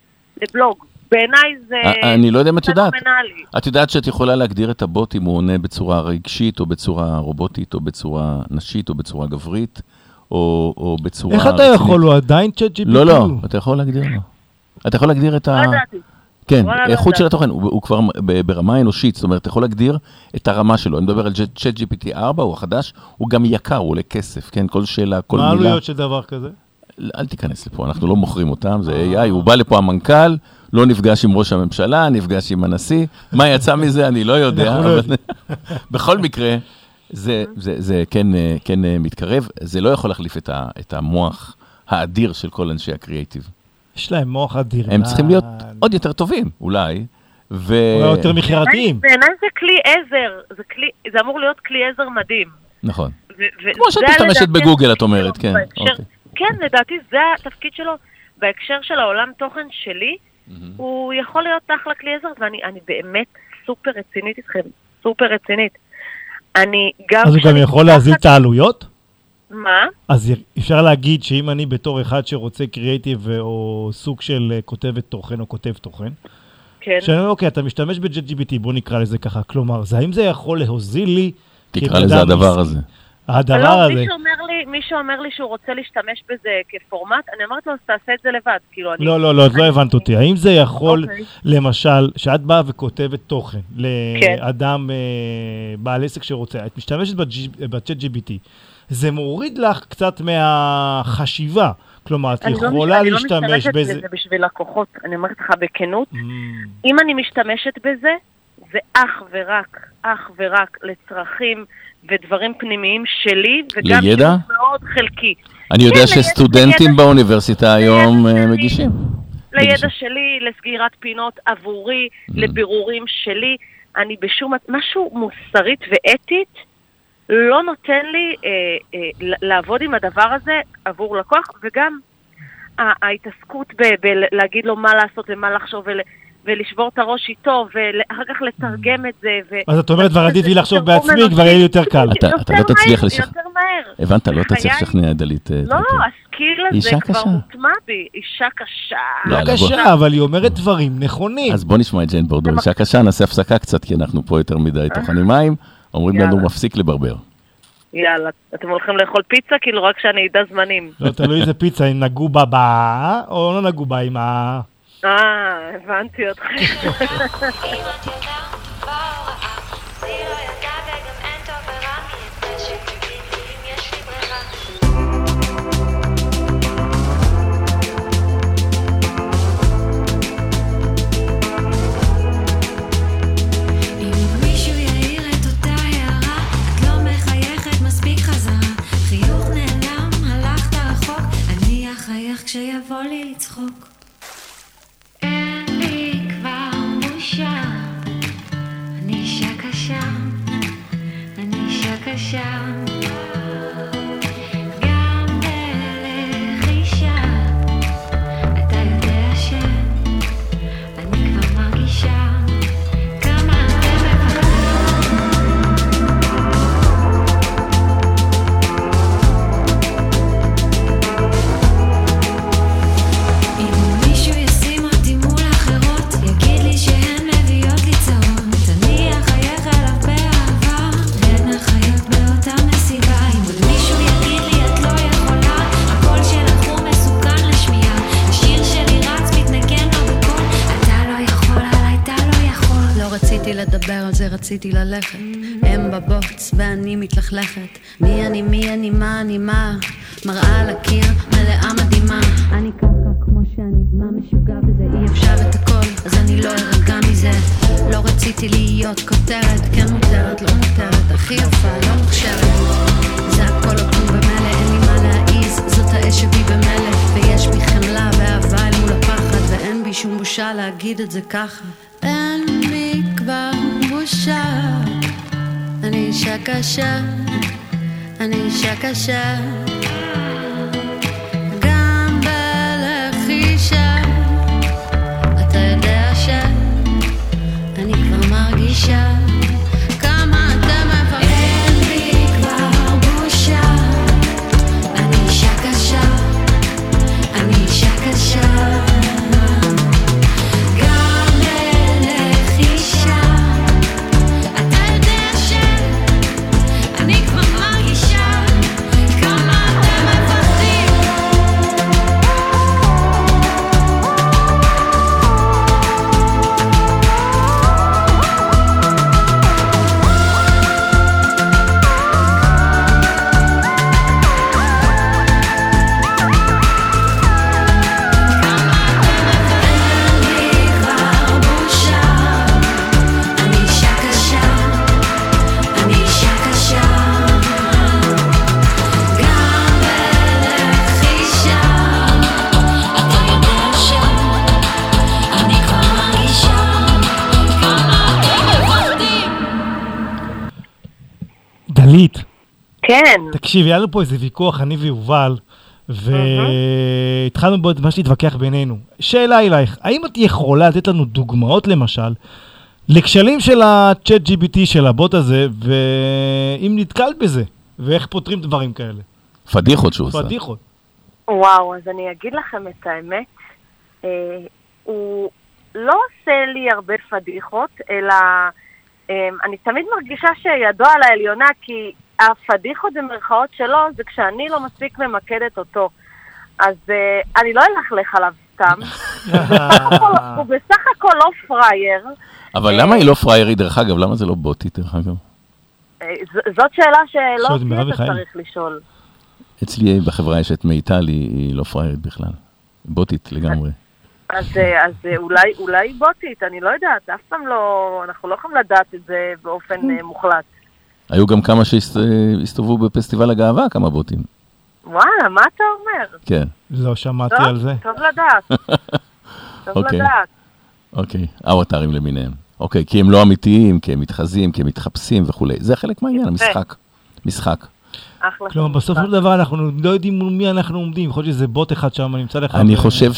לבלוג. בעיניי זה... אני לא יודע אם את יודעת. את יודעת שאת יכולה להגדיר את הבוט אם הוא עונה בצורה רגשית, או בצורה רובוטית, או בצורה נשית, או בצורה גברית, או, או בצורה... איך אתה יכול? הוא עדיין צ'אט ג'י פי טי? לא, לא, אתה יכול להגדיר לו. אתה יכול להגדיר את ה... לא ידעתי. כן, איכות של התוכן, הוא, הוא כבר ברמה אנושית, זאת אומרת, אתה יכול להגדיר את הרמה שלו. אני מדבר על צ'אט ג'י פי טי ארבע, הוא החדש, הוא גם יקר, הוא עולה כסף, כן? כל שאלה, כל מילה. מה עלויות של דבר כזה? אל תיכנס לפה, אנחנו לא מוכרים אותם, זה איי איי, הוא בא לפה המנכ"ל, לא נפגש עם ראש הממשלה, נפגש עם הנשיא, מה יצא מזה אני לא יודע, אבל בכל מקרה, זה, זה, זה כן, כן מתקרב, זה לא יכול להחליף את, ה, את המוח האדיר של כל אנשי הקריאייטיב. יש להם מוח אדיר. הם צריכים להיות עוד יותר טובים, אולי, ו... או יותר מחירתיים. בעיניי זה כלי עזר, זה, כלי, זה אמור להיות כלי עזר מדהים. נכון. כמו שאת משתמשת בגוגל, את אומרת, כן. כן, לדעתי זה התפקיד שלו, בהקשר של העולם תוכן שלי, הוא יכול להיות אחלה כלי עזר, ואני באמת סופר רצינית איתכם, סופר רצינית. אני גם... אז הוא גם יכול להזיל את העלויות? מה? אז אפשר להגיד שאם אני בתור אחד שרוצה קריאייטיב או סוג של כותבת תוכן או כותב תוכן, כן. שאני אומר, אוקיי, אתה משתמש ב-צ'אט ג'י פי טי, בוא נקרא לזה ככה, כלומר, זה, האם זה יכול להוזיל לי... תקרא לזה הדבר הזה. הדבר לא, הזה. מי שאומר לי, מי שאומר לי שהוא רוצה להשתמש בזה כפורמט, אני אומרת לו, אז תעשה את זה לבד. כאילו, אני... לא, לא, לא, לא הבנת אותי. האם זה יכול, okay. למשל, שאת באה וכותבת תוכן לאדם okay. בעל עסק שרוצה, את משתמשת ב-צ'אט ג'י פי טי, זה מוריד לך קצת מהחשיבה. כלומר, את יכולה לא להשתמש בזה. אני לא משתמשת בזה בשביל לקוחות. אני אומרת לך בכנות, mm. אם אני משתמשת בזה, זה אך ורק, אך ורק לצרכים ודברים פנימיים שלי, וגם לידע? מאוד חלקי. אני יודע שסטודנטים באוניברסיטה היום מגישים. לידע שלי, לסגירת פינות עבורי, לבירורים שלי, אני בשום... משהו מוסרית ואתית לא נותן לי אה, אה, לעבוד עם הדבר הזה עבור לקוח, וגם ההתעסקות בלהגיד לו מה לעשות ומה לחשוב ול... ולשבור את הראש איתו, ואחר כך לתרגם את זה. אז את אומרת, כבר עדיף לי לחשוב בעצמי, כבר יהיה יותר קל. אתה לא תצליח לשכנע. יותר מהר. הבנת, לא תצליח לשכנע דלית. לא, הסקיל הזה כבר מוטמע בי. אישה קשה. לא קשה, אבל היא אומרת דברים נכונים. אז בוא נשמע את ג'יין בורדו. אישה קשה, נעשה הפסקה קצת, כי אנחנו פה יותר מדי טוחנים מים. אומרים לנו, מפסיק לברבר. יאללה, אתם הולכים לאכול פיצה? כאילו רק שאני אדע זמנים. לא, תלוי איזה פיצה, אם נגעו בה בה, או לא נגעו בה עם ה... אה, הבנתי אותך. אישה, אני אישה קשה, אני אישה קשה. גם בלחישה, אתה יודע שאני כבר מרגישה כמה לדבר על זה, רציתי ללכת. הם בבוץ ואני מתלכלכת. מי אני, מי אני, מה אני, מה? מראה על הקיר, מלאה מדהימה. אני ככה כמו שאני, מה משוגע בזה? אי אפשר את הכל, אז אני לא ארגע מזה. לא רציתי להיות כותרת, כן מותרת, לא מותרת. הכי יפה, לא מוכשרת. זה הכל לא כלום במלא, אין לי מה להעיז. זאת האש שבי במלא, ויש בי חמלה ואהבה אל מול הפחד, ואין בי שום בושה להגיד את זה ככה. אין בי כבר בושה, אני אישה קשה, אני אישה קשה. גם בלחישה, אתה יודע שאני כבר מרגישה כמה אתה מפחד. אין בי כבר בושה, אני אישה קשה, אני אישה קשה. דלית. כן. תקשיב, היה לנו פה איזה ויכוח, אני ויובל, והתחלנו בו מה שתתווכח בינינו. שאלה אלייך, האם את יכולה לתת לנו דוגמאות למשל, לכשלים של ה-צ'אט ג'י פי טי של הבוט הזה, ואם נתקלת בזה, ואיך פותרים דברים כאלה? פדיחות שהוא עושה. פדיחות. וואו, אז אני אגיד לכם את האמת, אה, הוא לא עושה לי הרבה פדיחות, אלא אה, אני תמיד מרגישה שידו על העליונה, כי הפדיחות במרכאות שלו זה כשאני לא מספיק ממקדת אותו. אז אה, אני לא אלכלך עליו סתם. הוא בסך הכל לא פרייר. אבל למה היא לא פריירית דרך אגב? למה זה לא בוטית דרך אגב? זאת שאלה שלא אותי אתה צריך לשאול. אצלי בחברה יש את מיטל, היא לא פריירית בכלל. בוטית לגמרי. אז, אז אולי, אולי בוטית, אני לא יודעת, אף פעם לא, אנחנו לא יכולים לדעת את זה באופן מוחלט. היו גם כמה שהסתובבו בפסטיבל הגאווה, כמה בוטים. וואלה, מה אתה אומר? כן. לא שמעתי טוב, על זה. טוב לדעת. טוב אוקיי. לדעת. אוקיי, האוותרים למיניהם. אוקיי, כי הם לא אמיתיים, כי הם מתחזים, כי הם מתחפשים וכו'. זה חלק מהעניין, המשחק. משחק. כלומר, בסוף של דבר אנחנו לא יודעים מול מי אנחנו עומדים, יכול להיות שזה בוט אחד שם, נמצא לך... אני חושב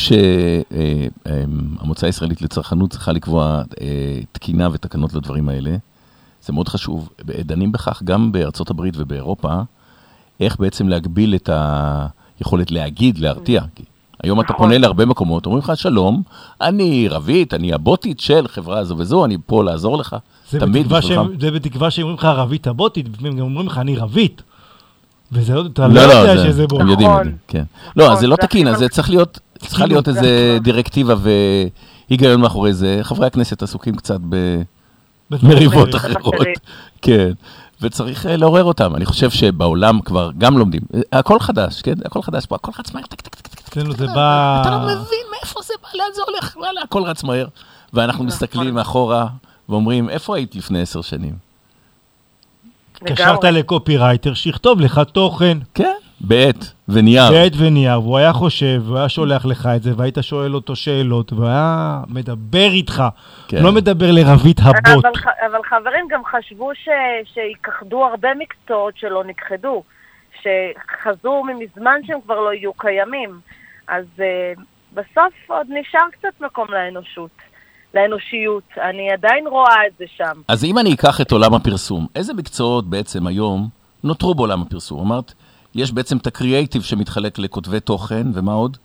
שהמועצה הישראלית לצרכנות צריכה לקבוע תקינה ותקנות לדברים האלה. זה מאוד חשוב. דנים בכך גם בארצות הברית ובאירופה, איך בעצם להגביל את היכולת להגיד, להרתיע. היום אתה פונה להרבה מקומות, אומרים לך, שלום, אני רבית, אני הבוטית של חברה הזו וזו, אני פה לעזור לך. זה בתקווה שאומרים לך רבית הבוטית, לפעמים גם אומרים לך, אני רבית. וזה לא, אתה לא יודע שזה בו. הם יודעים את זה, כן. לא, זה לא תקין, זה צריך להיות, צריכה להיות איזה דירקטיבה והיגיון מאחורי זה. חברי הכנסת עסוקים קצת במריבות אחרות. כן. וצריך לעורר אותם. אני חושב שבעולם כבר גם לומדים. הכל חדש, כן? הכל חדש פה, הכל רץ מהר, טק, טק, טק, טק. אצלנו זה בא... אתה לא מבין מאיפה זה בא, לאן זה הולך, וואלה, הכל רץ מהר. ואנחנו מסתכלים מאחורה ואומרים, איפה היית לפני עשר שנים? קשרת לקופירייטר, שיכתוב לך תוכן. כן. בעת ונייר. בעת ונייר, והוא היה חושב, והוא היה שולח לך את זה, והיית שואל אותו שאלות, והוא היה מדבר איתך, כן. לא מדבר לרבית הבוט. אבל, אבל חברים גם חשבו ש, שיקחדו הרבה מקצועות שלא נכחדו, שחזו ממזמן שהם כבר לא יהיו קיימים. אז uh, בסוף עוד נשאר קצת מקום לאנושות, לאנושיות. אני עדיין רואה את זה שם. אז אם אני אקח את עולם הפרסום, איזה מקצועות בעצם היום נותרו בעולם הפרסום? אמרת, יש בעצם את הקריאייטיב שמתחלק לכותבי תוכן, ומה עוד?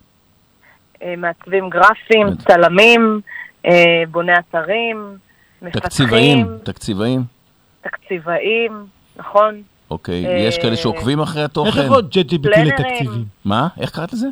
מעצבים גרפיים, צלמים, בוני אתרים, מפתחים. תקציבאים, תקציבאים. תקציבאים, נכון. אוקיי, יש כאלה שעוקבים אחרי התוכן. איך עוד ג'אט ג'י פי טי לתקציבים? מה? איך קראת לזה?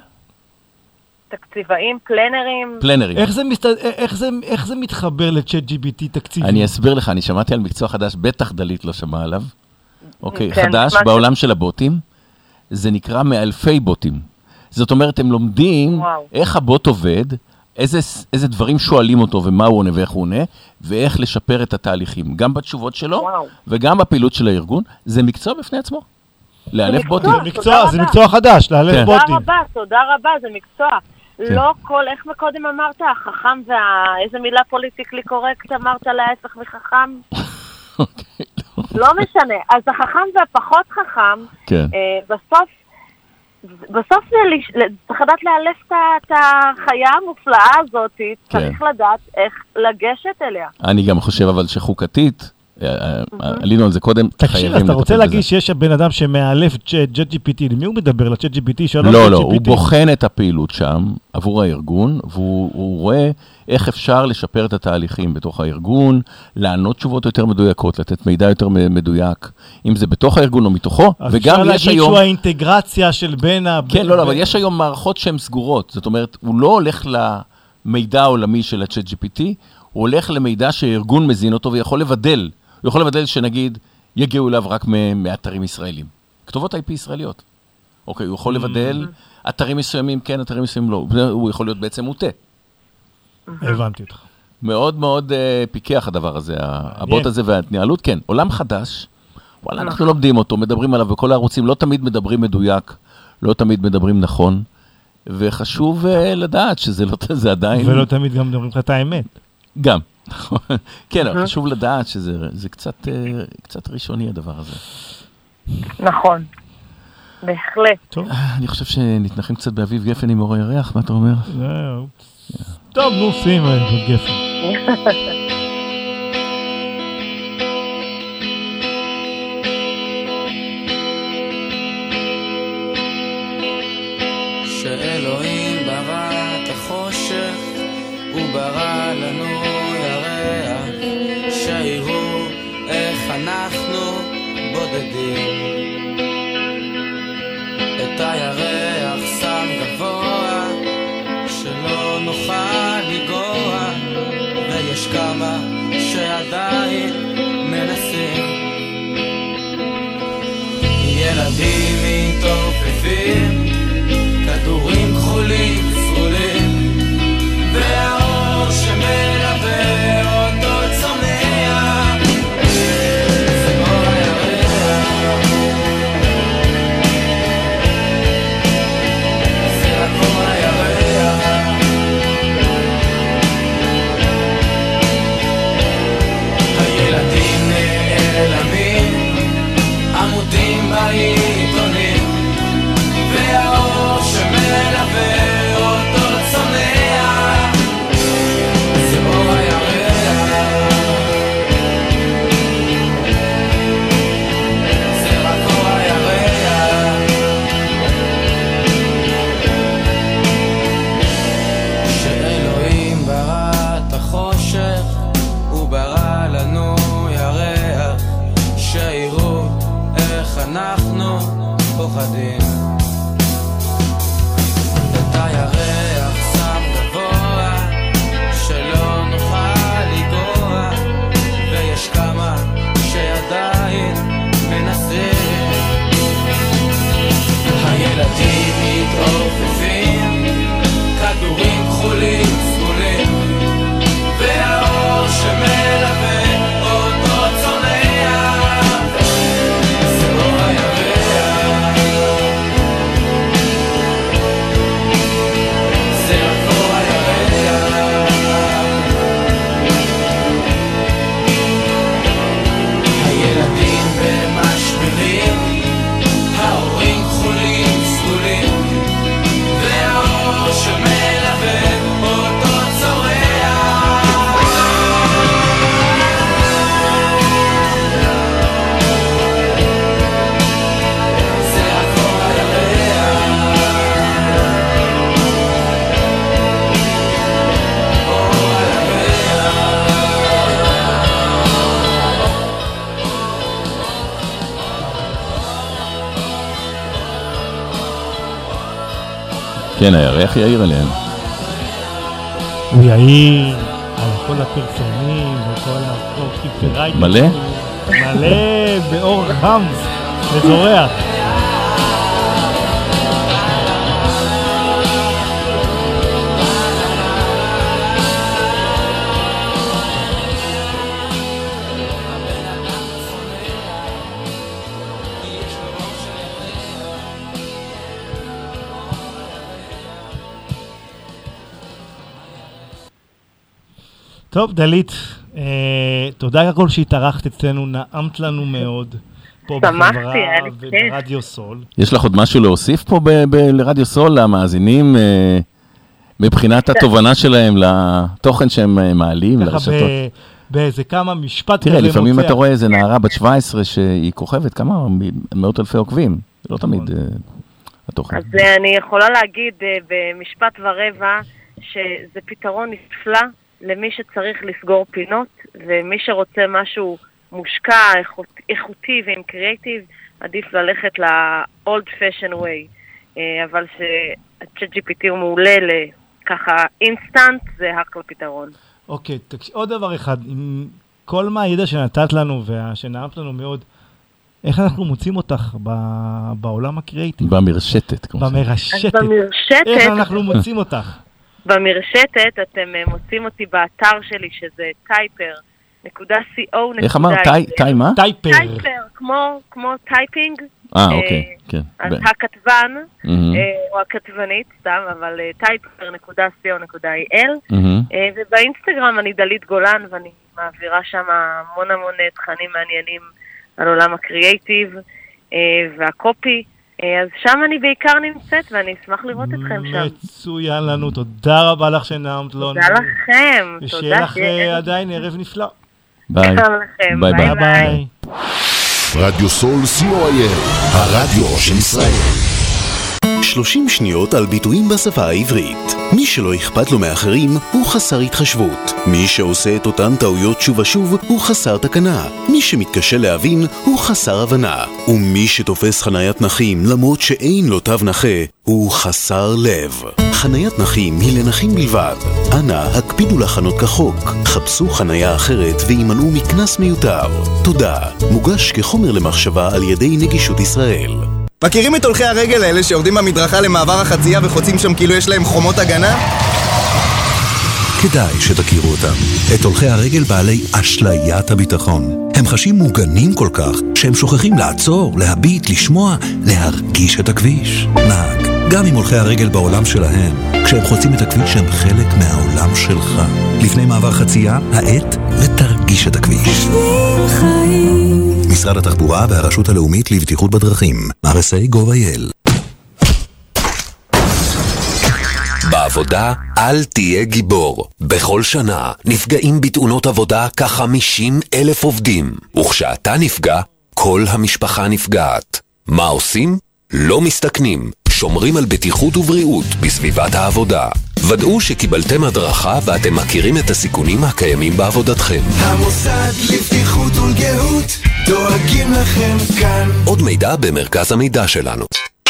תקציבאים, פלנרים. פלנרים. איך זה, מסת... איך זה, איך זה מתחבר לצ'אט ג'י פי טי תקציבים? אני אסביר לך, אני שמעתי על מקצוע חדש, בטח דלית לא שמע עליו. אוקיי, כן, חדש בעולם ש... של הבוטים, זה נקרא מאלפי בוטים. זאת אומרת, הם לומדים וואו. איך הבוט עובד, איזה, איזה דברים שואלים אותו ומה הוא עונה ואיך הוא עונה, ואיך לשפר את התהליכים, גם בתשובות שלו וואו. וגם בפעילות של הארגון. זה מקצוע בפני עצמו. לאלף בוטים. זה מקצוע, זה מקצוע חדש, לאלף כן. בוטים. תודה רבה, תודה רבה, זה מקצוע. כן. לא כל, איך מקודם אמרת, החכם וה... איזה מילה פוליטיקלי קורקט אמרת להפך מחכם? אוקיי. לא משנה. אז החכם והפחות חכם, כן. אה, בסוף, בסוף זה צריך לדעת לאלף את החיה המופלאה הזאת, כן. צריך לדעת איך לגשת אליה. אני גם חושב אבל שחוקתית, עלינו על זה קודם, תקשיב, אתה רוצה להגיד שיש הבן אדם שמאלף צ'אט ג'י פי טי, למי הוא מדבר? לצ'אט ג'י פי טי? לא, לא, הוא בוחן את הפעילות שם עבור הארגון, והוא רואה איך אפשר לשפר את התהליכים בתוך הארגון, לענות תשובות יותר מדויקות, לתת מידע יותר מדויק, אם זה בתוך הארגון או מתוכו, וגם יש היום... שהוא האינטגרציה של בין ה... כן, לא, לא, אבל יש היום מערכות שהן סגורות, זאת אומרת, הוא לא הולך למידע העולמי של הצ'אט ג'י פי טי, הוא הולך למידע שהארגון מזין אותו ויכול לבדל. הוא יכול לבדל שנגיד, יגיעו אליו רק מאתרים ישראלים. כתובות איי פי ישראליות. אוקיי, הוא יכול לבדל אתרים מסוימים, כן, אתרים מסוימים לא. הוא יכול להיות בעצם מוטה. הבנתי אותך. מאוד מאוד פיקח הדבר הזה, הבוט הזה וההתנהלות, כן. עולם חדש, וואלה, אנחנו לומדים אותו, מדברים עליו, וכל הערוצים לא תמיד מדברים מדויק, לא תמיד מדברים נכון, וחשוב לדעת שזה עדיין... ולא תמיד גם מדברים לך את האמת. גם. כן, חשוב לדעת שזה קצת, קצת ראשוני הדבר הזה. נכון, בהחלט. אני חושב שנתנחם קצת באביב גפן עם אור הירח, מה אתה אומר? טוב, נו, שים באביב גפן. שאלוהים ברא את החושך, הוא ברא לנו שיראו איך אנחנו בודדים. את הירח שם גבוה שלא נוכל לגוע, ויש כמה שעדיין מנסים. ילדים מתעופפים, כדורים כחולים סגולים, והאור שמלווה אותו כן, הירח יאיר עליהם. הוא יאיר על כל הפרסומים וכל הפורקיפרייטים. מלא? מלא באור חם וזורח. טוב, דלית, אה, תודה הכל שהתארחת אצלנו, נעמת לנו מאוד פה בחברה וברדיו סול. יש לך עוד משהו להוסיף פה ב- ב- לרדיו סול, למאזינים, אה, מבחינת התובנה שלהם לתוכן שהם אה, מעלים, לרשתות? ב- באיזה כמה משפט תראה, לפעמים אתה רואה איזה נערה בת שבע עשרה שהיא כוכבת, כמה מאות אלפי עוקבים, זה לא תמיד אה, התוכן. אז אני יכולה להגיד אה, במשפט ורבע, שזה פתרון נפלא, למי שצריך לסגור פינות, ומי שרוצה משהו מושקע, איכות, איכותי ועם קריאטיב, עדיף ללכת ל-old fashion way. אבל ש-צ'אט ג'י פי טי הוא מעולה לככה אינסטנט, זה אחלה פתרון. אוקיי, תקש... עוד דבר אחד, עם כל מה הידע שנתת לנו ושנעמת לנו מאוד, איך אנחנו מוצאים אותך ב- בעולם הקריאטיב? במרשתת. במרשתת. במרשתת. איך אנחנו מוצאים אותך? במרשתת אתם מוצאים אותי באתר שלי, שזה טייפר נקודה סי או נקודה איי אל. איך אמר? טי מה? טייפר. טייפר, כמו, כמו טייפינג. אה, אוקיי, כן. אז הכתבן, או הכתבנית, סתם, אבל טייפר נקודה סי או נקודה איי אל. ובאינסטגרם אני דלית גולן, ואני מעבירה שם המון המון תכנים מעניינים על עולם הקריאייטיב והקופי. אז שם אני בעיקר נמצאת, ואני אשמח לראות אתכם שם. מצוין לנו, תודה רבה לך שנעמת לנו. תודה לכם. ושיהיה לך עדיין ערב נפלא. ביי. ביי ביי ביי. רדיו סול סי או איי אל, הרדיו של ישראל. שלושים שניות על ביטויים בשפה העברית. מי שלא אכפת לו מאחרים הוא חסר התחשבות. מי שעושה את אותן טעויות שוב ושוב הוא חסר תקנה. מי שמתקשה להבין הוא חסר הבנה. ומי שתופס חניית נכים למרות שאין לו תו נכה הוא חסר לב. חניית נכים היא לנכים בלבד. אנא, הקפידו לחנות כחוק. חפשו חניה אחרת וימנעו מכנס מיותר. תודה. מוגש כחומר למחשבה על ידי נגישות ישראל. מכירים את הולכי הרגל האלה שיורדים במדרכה למעבר החצייה וחוצים שם כאילו יש להם חומות הגנה? כדאי שתכירו אותם. את הולכי הרגל בעלי אשליית הביטחון. הם חשים מוגנים כל כך שהם שוכחים לעצור, להביט, לשמוע, להרגיש את הכביש. נהג, גם עם הולכי הרגל בעולם שלהם, כשהם חוצים את הכביש הם חלק מהעולם שלך. לפני מעבר חצייה, העט ותרגיש את הכביש. משרד התחבורה והרשות הלאומית לבטיחות בדרכים. אר אס איי גוב איי אל. בעבודה אל תהיה גיבור. בכל שנה נפגעים בתאונות עבודה כ-חמישים אלף עובדים. וכשאתה נפגע, כל המשפחה נפגעת. מה עושים? לא מסתכנים. שומרים על בטיחות ובריאות בסביבת העבודה. ודאו שקיבלתם הדרכה ואתם מכירים את הסיכונים הקיימים בעבודתכם. המוסד לבטיחות ולגהות דואגים לכם כאן. עוד מידע במרכז המידע שלנו.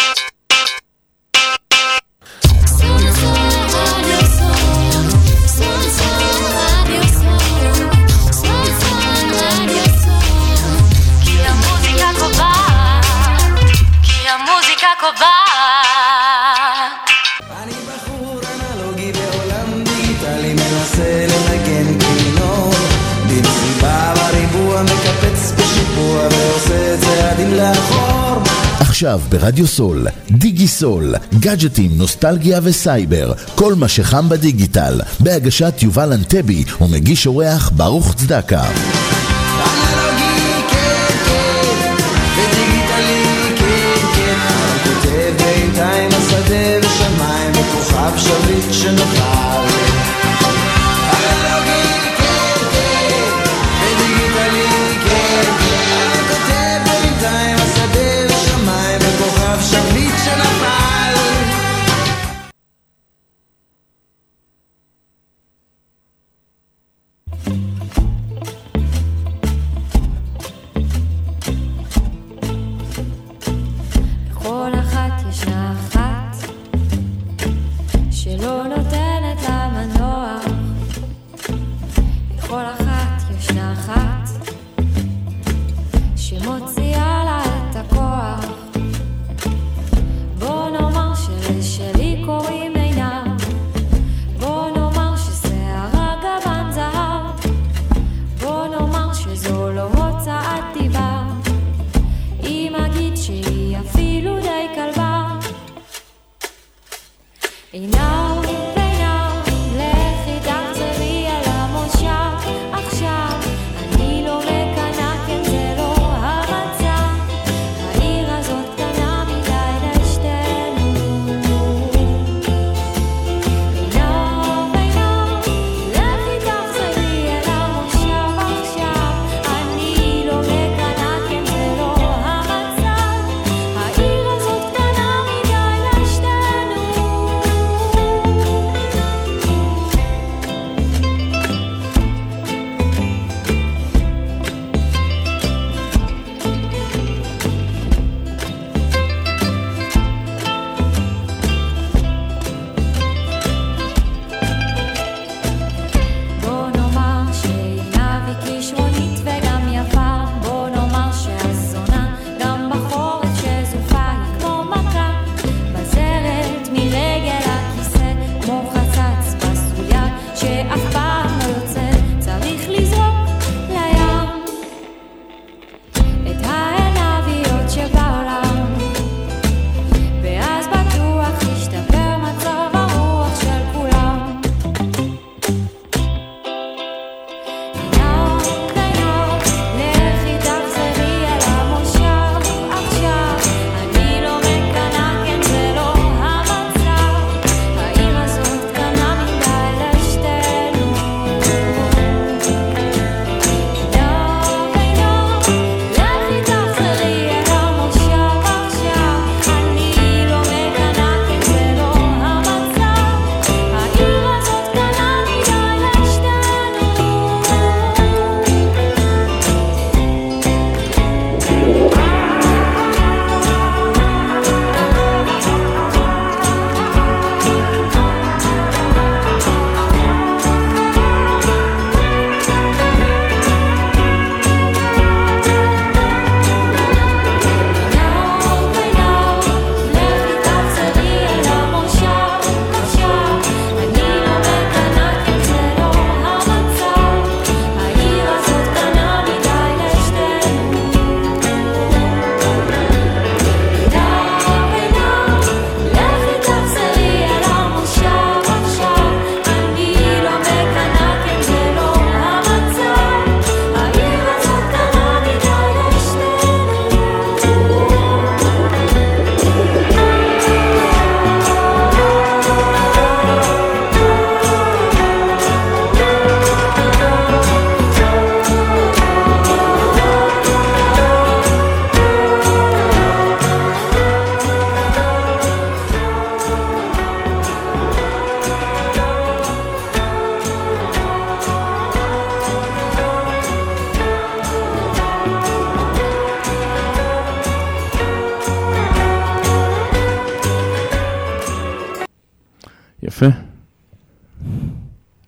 אני בחור אנלוגי בעולם דיגיטלי מנסה לנגן כינור במסיבה בריבוע מקפץ בשיפוע ועושה צעדים לאחור. עכשיו ברדיו סול, דיגי סול, גאדג'טים, נוסטלגיה וסייבר, כל מה שחם בדיגיטל, בהגשת יובל אנטבי ומגיש אורח ברוך צדקה. כוכב שביט שנוכל אנלוגי כן כן ודיגיטלי כן כן אני כותב בינתיים השדה ושמיים וכוכב שביט שנפל.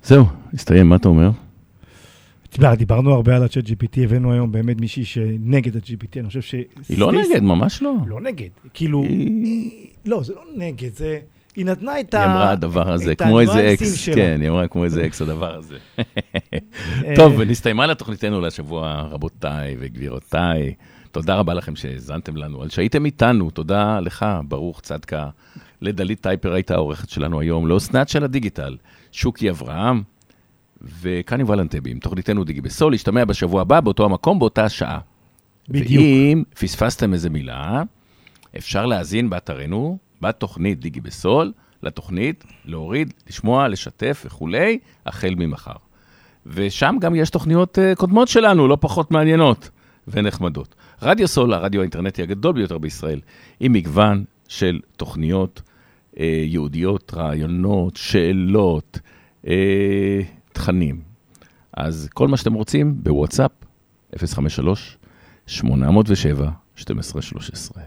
זהו, הסתיים, מה אתה אומר? דיברנו הרבה על ה-צ'אט ג'י פי טי, הבאנו היום באמת מישהי שנגד ה-ג'י פי טי, אני חושב ש... היא לא נגד, ממש לא. לא נגד, כאילו... לא, זה לא נגד, זה... היא נתנה את ה... היא אמרה הדבר הזה, כמו איזה אקס, כן, היא אמרה כמו איזה אקס הדבר הזה. טוב, ונסתיימה לתוכניתנו לשבוע, רבותיי וגבירותיי. תודה רבה לכם שהזנתם לנו, על שהייתם איתנו, תודה לך, ברוך צדקה, לדלית טייפר הייתה העורכת שלנו היום, לאוסנת של הדיגיטל, שוקי אברהם, וכאן יובל אנטבי, עם תוכניתנו דיגי בסול, להשתמע בשבוע הבא, באותו המקום, באותה השעה. בדיוק. ואם פספסתם איזה מילה, אפשר להזין באתרנו, בתוכנית דיגי בסול, לתוכנית, להוריד, לשמוע, לשתף וכולי, החל ממחר. ושם גם יש תוכניות uh, קודמות שלנו, לא פחות מעניינות ונחמדות. רדיו סול, הרדיו האינטרנטי הגדול ביותר בישראל, עם מגוון של תוכניות uh, יהודיות, רעיונות, שאלות, uh, תכנים. אז כל מה שאתם רוצים בוואטסאפ, אפס חמש שלוש שמונה אפס שבע שתים עשרה שלוש עשרה.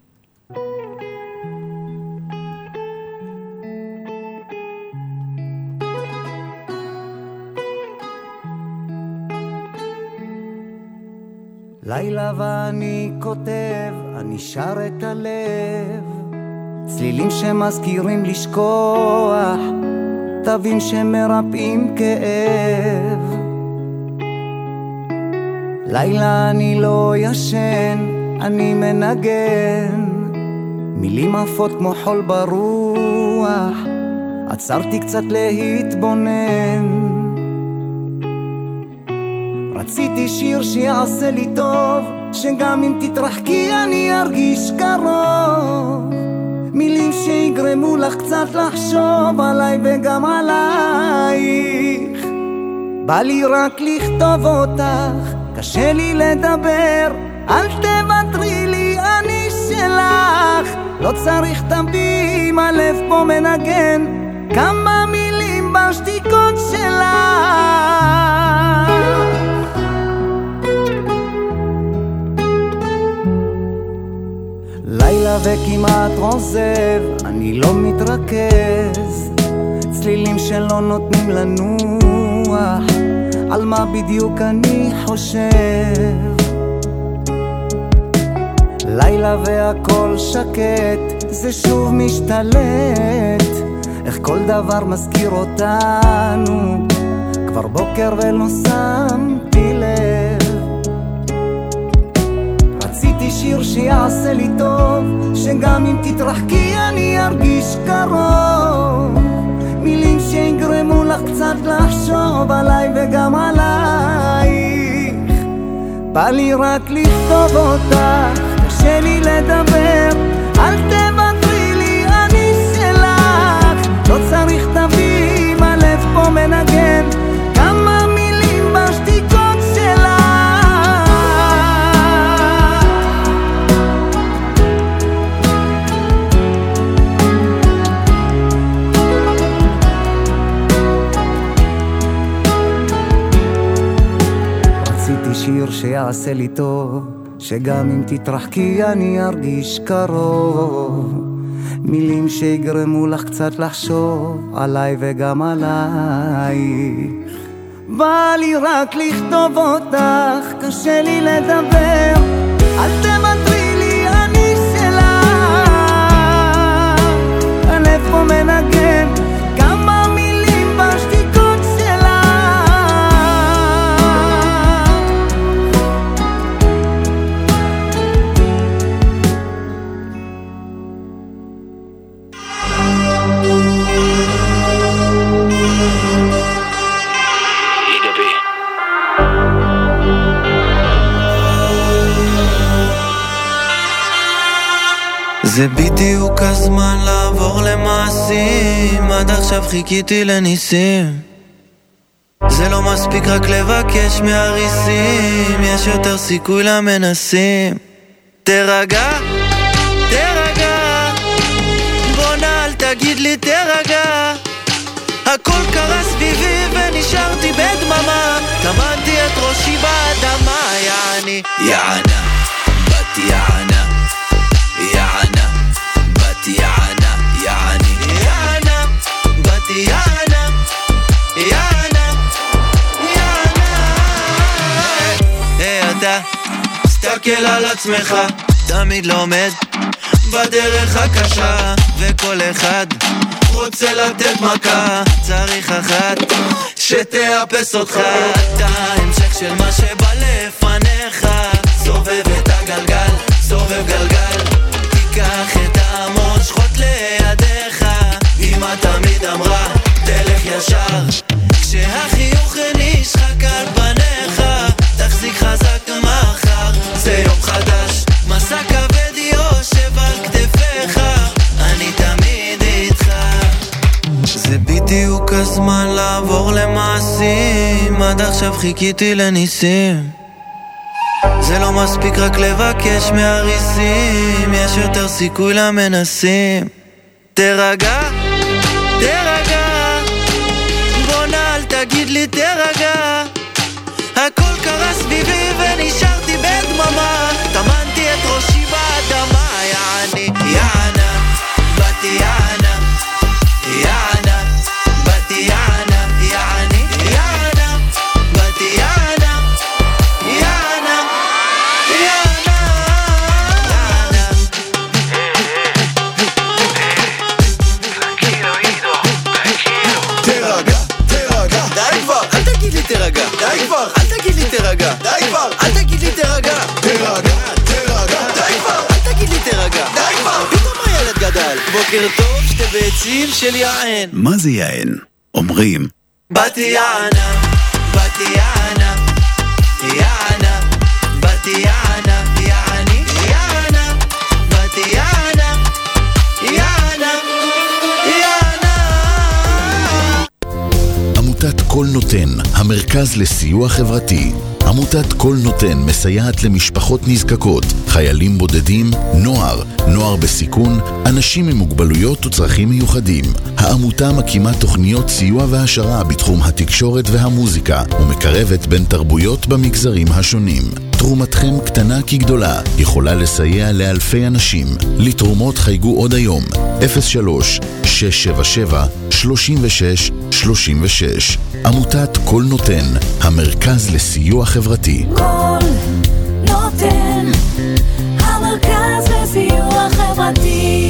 לילה ואני כותב, אני שר את הלב, צלילים שמזכירים לשכוח, תווים שמרפאים כאב. לילה אני לא ישן, אני מנגן, מילים עפות כמו חול ברוח, עצרתי קצת להתבונן. רציתי שיר שיעשה לי טוב, שגם אם תתרחקי אני ארגיש קרוב, מילים שיגרמו לך קצת לחשוב עליי וגם עלייך. בא לי רק לכתוב אותך, קשה לי לדבר, אל תוותרי לי, אני שלך. לא צריך תמים, הלב פה מנגן כמה מילים בשתיקות שלך. לילה וכמעט עוזב, אני לא מתרכז, צלילים שלא נותנים לנוח, על מה בדיוק אני חושב. לילה והכל שקט, זה שוב משתלט, איך כל דבר מזכיר אותנו, כבר בוקר ולא שמתי לב. רציתי שיר שיעשה לי טוב, שגם אם תתרחקי אני ארגיש קרוב, מילים שיגרמו לך קצת לחשוב עליי וגם עלייך. בא לי רק לכתוב אותך, קשה לי לדבר, אל תוותרי לי, אני שלך. לא צריך תווים, הלב פה מנגן כמה מילים בשתיקות שלך. רציתי שיר שיעשה לי טוב, שגם אם תתרחקי אני ארגיש קרוב, מילים שיגרמו לך קצת לחשוב עליי וגם עלייך. בא לי רק לכתוב אותך, קשה לי לדבר, אל תוותרי לי, אני שלך. הלב פה מנגן כמה מילים בשתיקות שלך. זה בדיוק הזמן לעבור למעשים, עד עכשיו חיכיתי לניסים. זה לא מספיק רק לבקש מהריסים, יש יותר סיכוי למנסים. תרגע, תרגע, בונה אל תגיד לי תרגע. הכל קרה סביבי ונשארתי בדממה, טמנתי את ראשי באדמה. יעני, יענה, באתי יענה, יענה, באתי יענה, יעני, יענה, באתי יענה, יענה. אתה תסתכל על עצמך, תמיד לומד בדרך הקשה, וכל אחד רוצה לתת מכה, צריך אחת שתאפס אותך. אתה המשך של מה שבא לפניך, סובב את הגלגל, סובב גלגל, תיקח את המושכות לידיך, אמא תמיד אמרה תלך ישר, כשהחיוך נשחק על פניך, תחזיק חזק מחר, זה יום חדש, מסע כבד יושב על כתפיך, אני תמיד איתך. זה בדיוק הזמן לעבור למעשים, עד עכשיו חיכיתי לניסים, זה לא מספיק רק לבקש מהריסים, יש יותר סיכוי למנסים. תרגע, תרגע, בונה אל תגיד לי תרגע, הכל קרה סביבי ונשארתי בדממה, טמנתי את ראשי באדמה, יעני, יענה, באתי יענה, יענה, באתי יענה, יעני, יענה, באתי יענה, יענה, יענה, תרגע, תרגע, די כבר, אל תגיד לי תרגע, די כבר, אל תגיד לי תרגע, די כבר, אל תגיד לי תרגע, תרגע, תרגע, די כבר, אל תגיד לי תרגע, די כבר, פתאום הילד גדל. בוקר טוב, שתי ביצים של יען. מה זה יען? אומרים באתי יענה, באתי יענה, יענה, באתי יענה, יעני, יענה, באתי יענה, יענה, יענה. עמותת כל נותן, המרכז לסיוע חברתי. עמותת כל נותן מסייעת למשפחות נזקקות, חיילים בודדים, נוער, נוער בסיכון, אנשים עם מוגבלויות וצרכים מיוחדים. העמותה מקימה תוכניות סיוע והשרה בתחום התקשורת והמוזיקה, ומקרבת בין תרבויות במגזרים השונים. תרומתכם קטנה כגדולה, יכולה לסייע לאלפי אנשים. לתרומות חייגו עוד היום, אפס שלוש שש שבע שבע שלוש שש שלוש שש. עמותת כל נותן, המרכז לסיוע חברתי. כל נותן, המרכז לסיוע חברתי.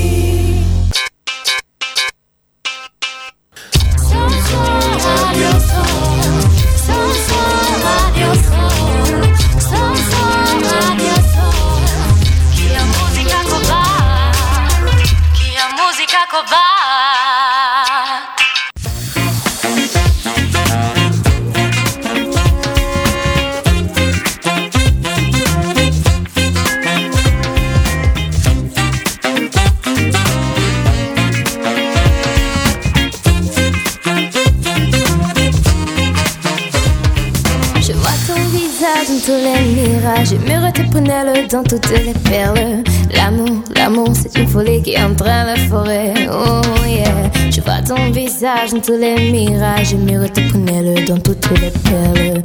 Tous les mirages, je me retenais dans toutes les perles. L'amour, l'amour, c'est une folie qui entraîne la forêt. Oh yeah, je vois ton visage dans tous les mirages, je me retenais dans toutes les perles.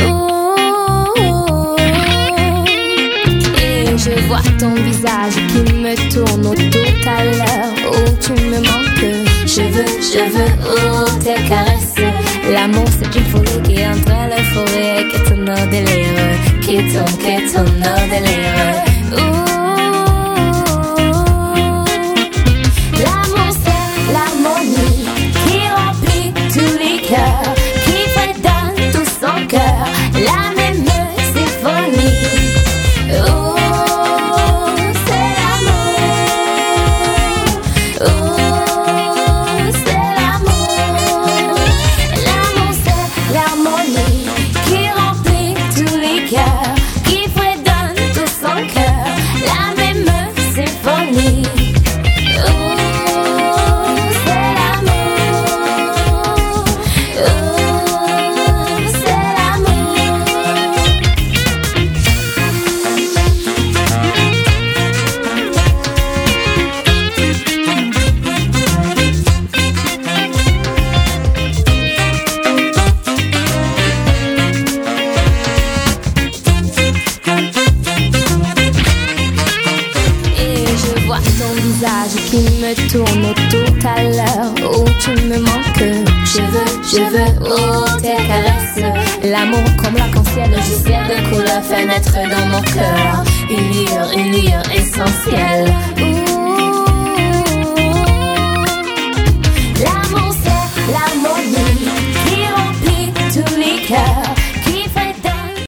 Oh, et je vois ton visage qui me tourne autour à l'heure. Oh, tu me manques. Je veux, je veux, oh, tes caresses. L'amour c'est une folie qui entraîne la forêt, qui est ton délire, qui est ton, qui est ton délire. L'amour c'est l'harmonie qui remplit tous les cœurs, qui fait dans tout son cœur la même symphonie. Oh, c'est l'amour. Oh, tourne autour à l'heure où tu me manques. Je veux, je veux, oh, tes caresses. L'amour comme l'arc-en-ciel, magicien de couleur fait naître dans mon cœur une lueur, une lueur essentielle.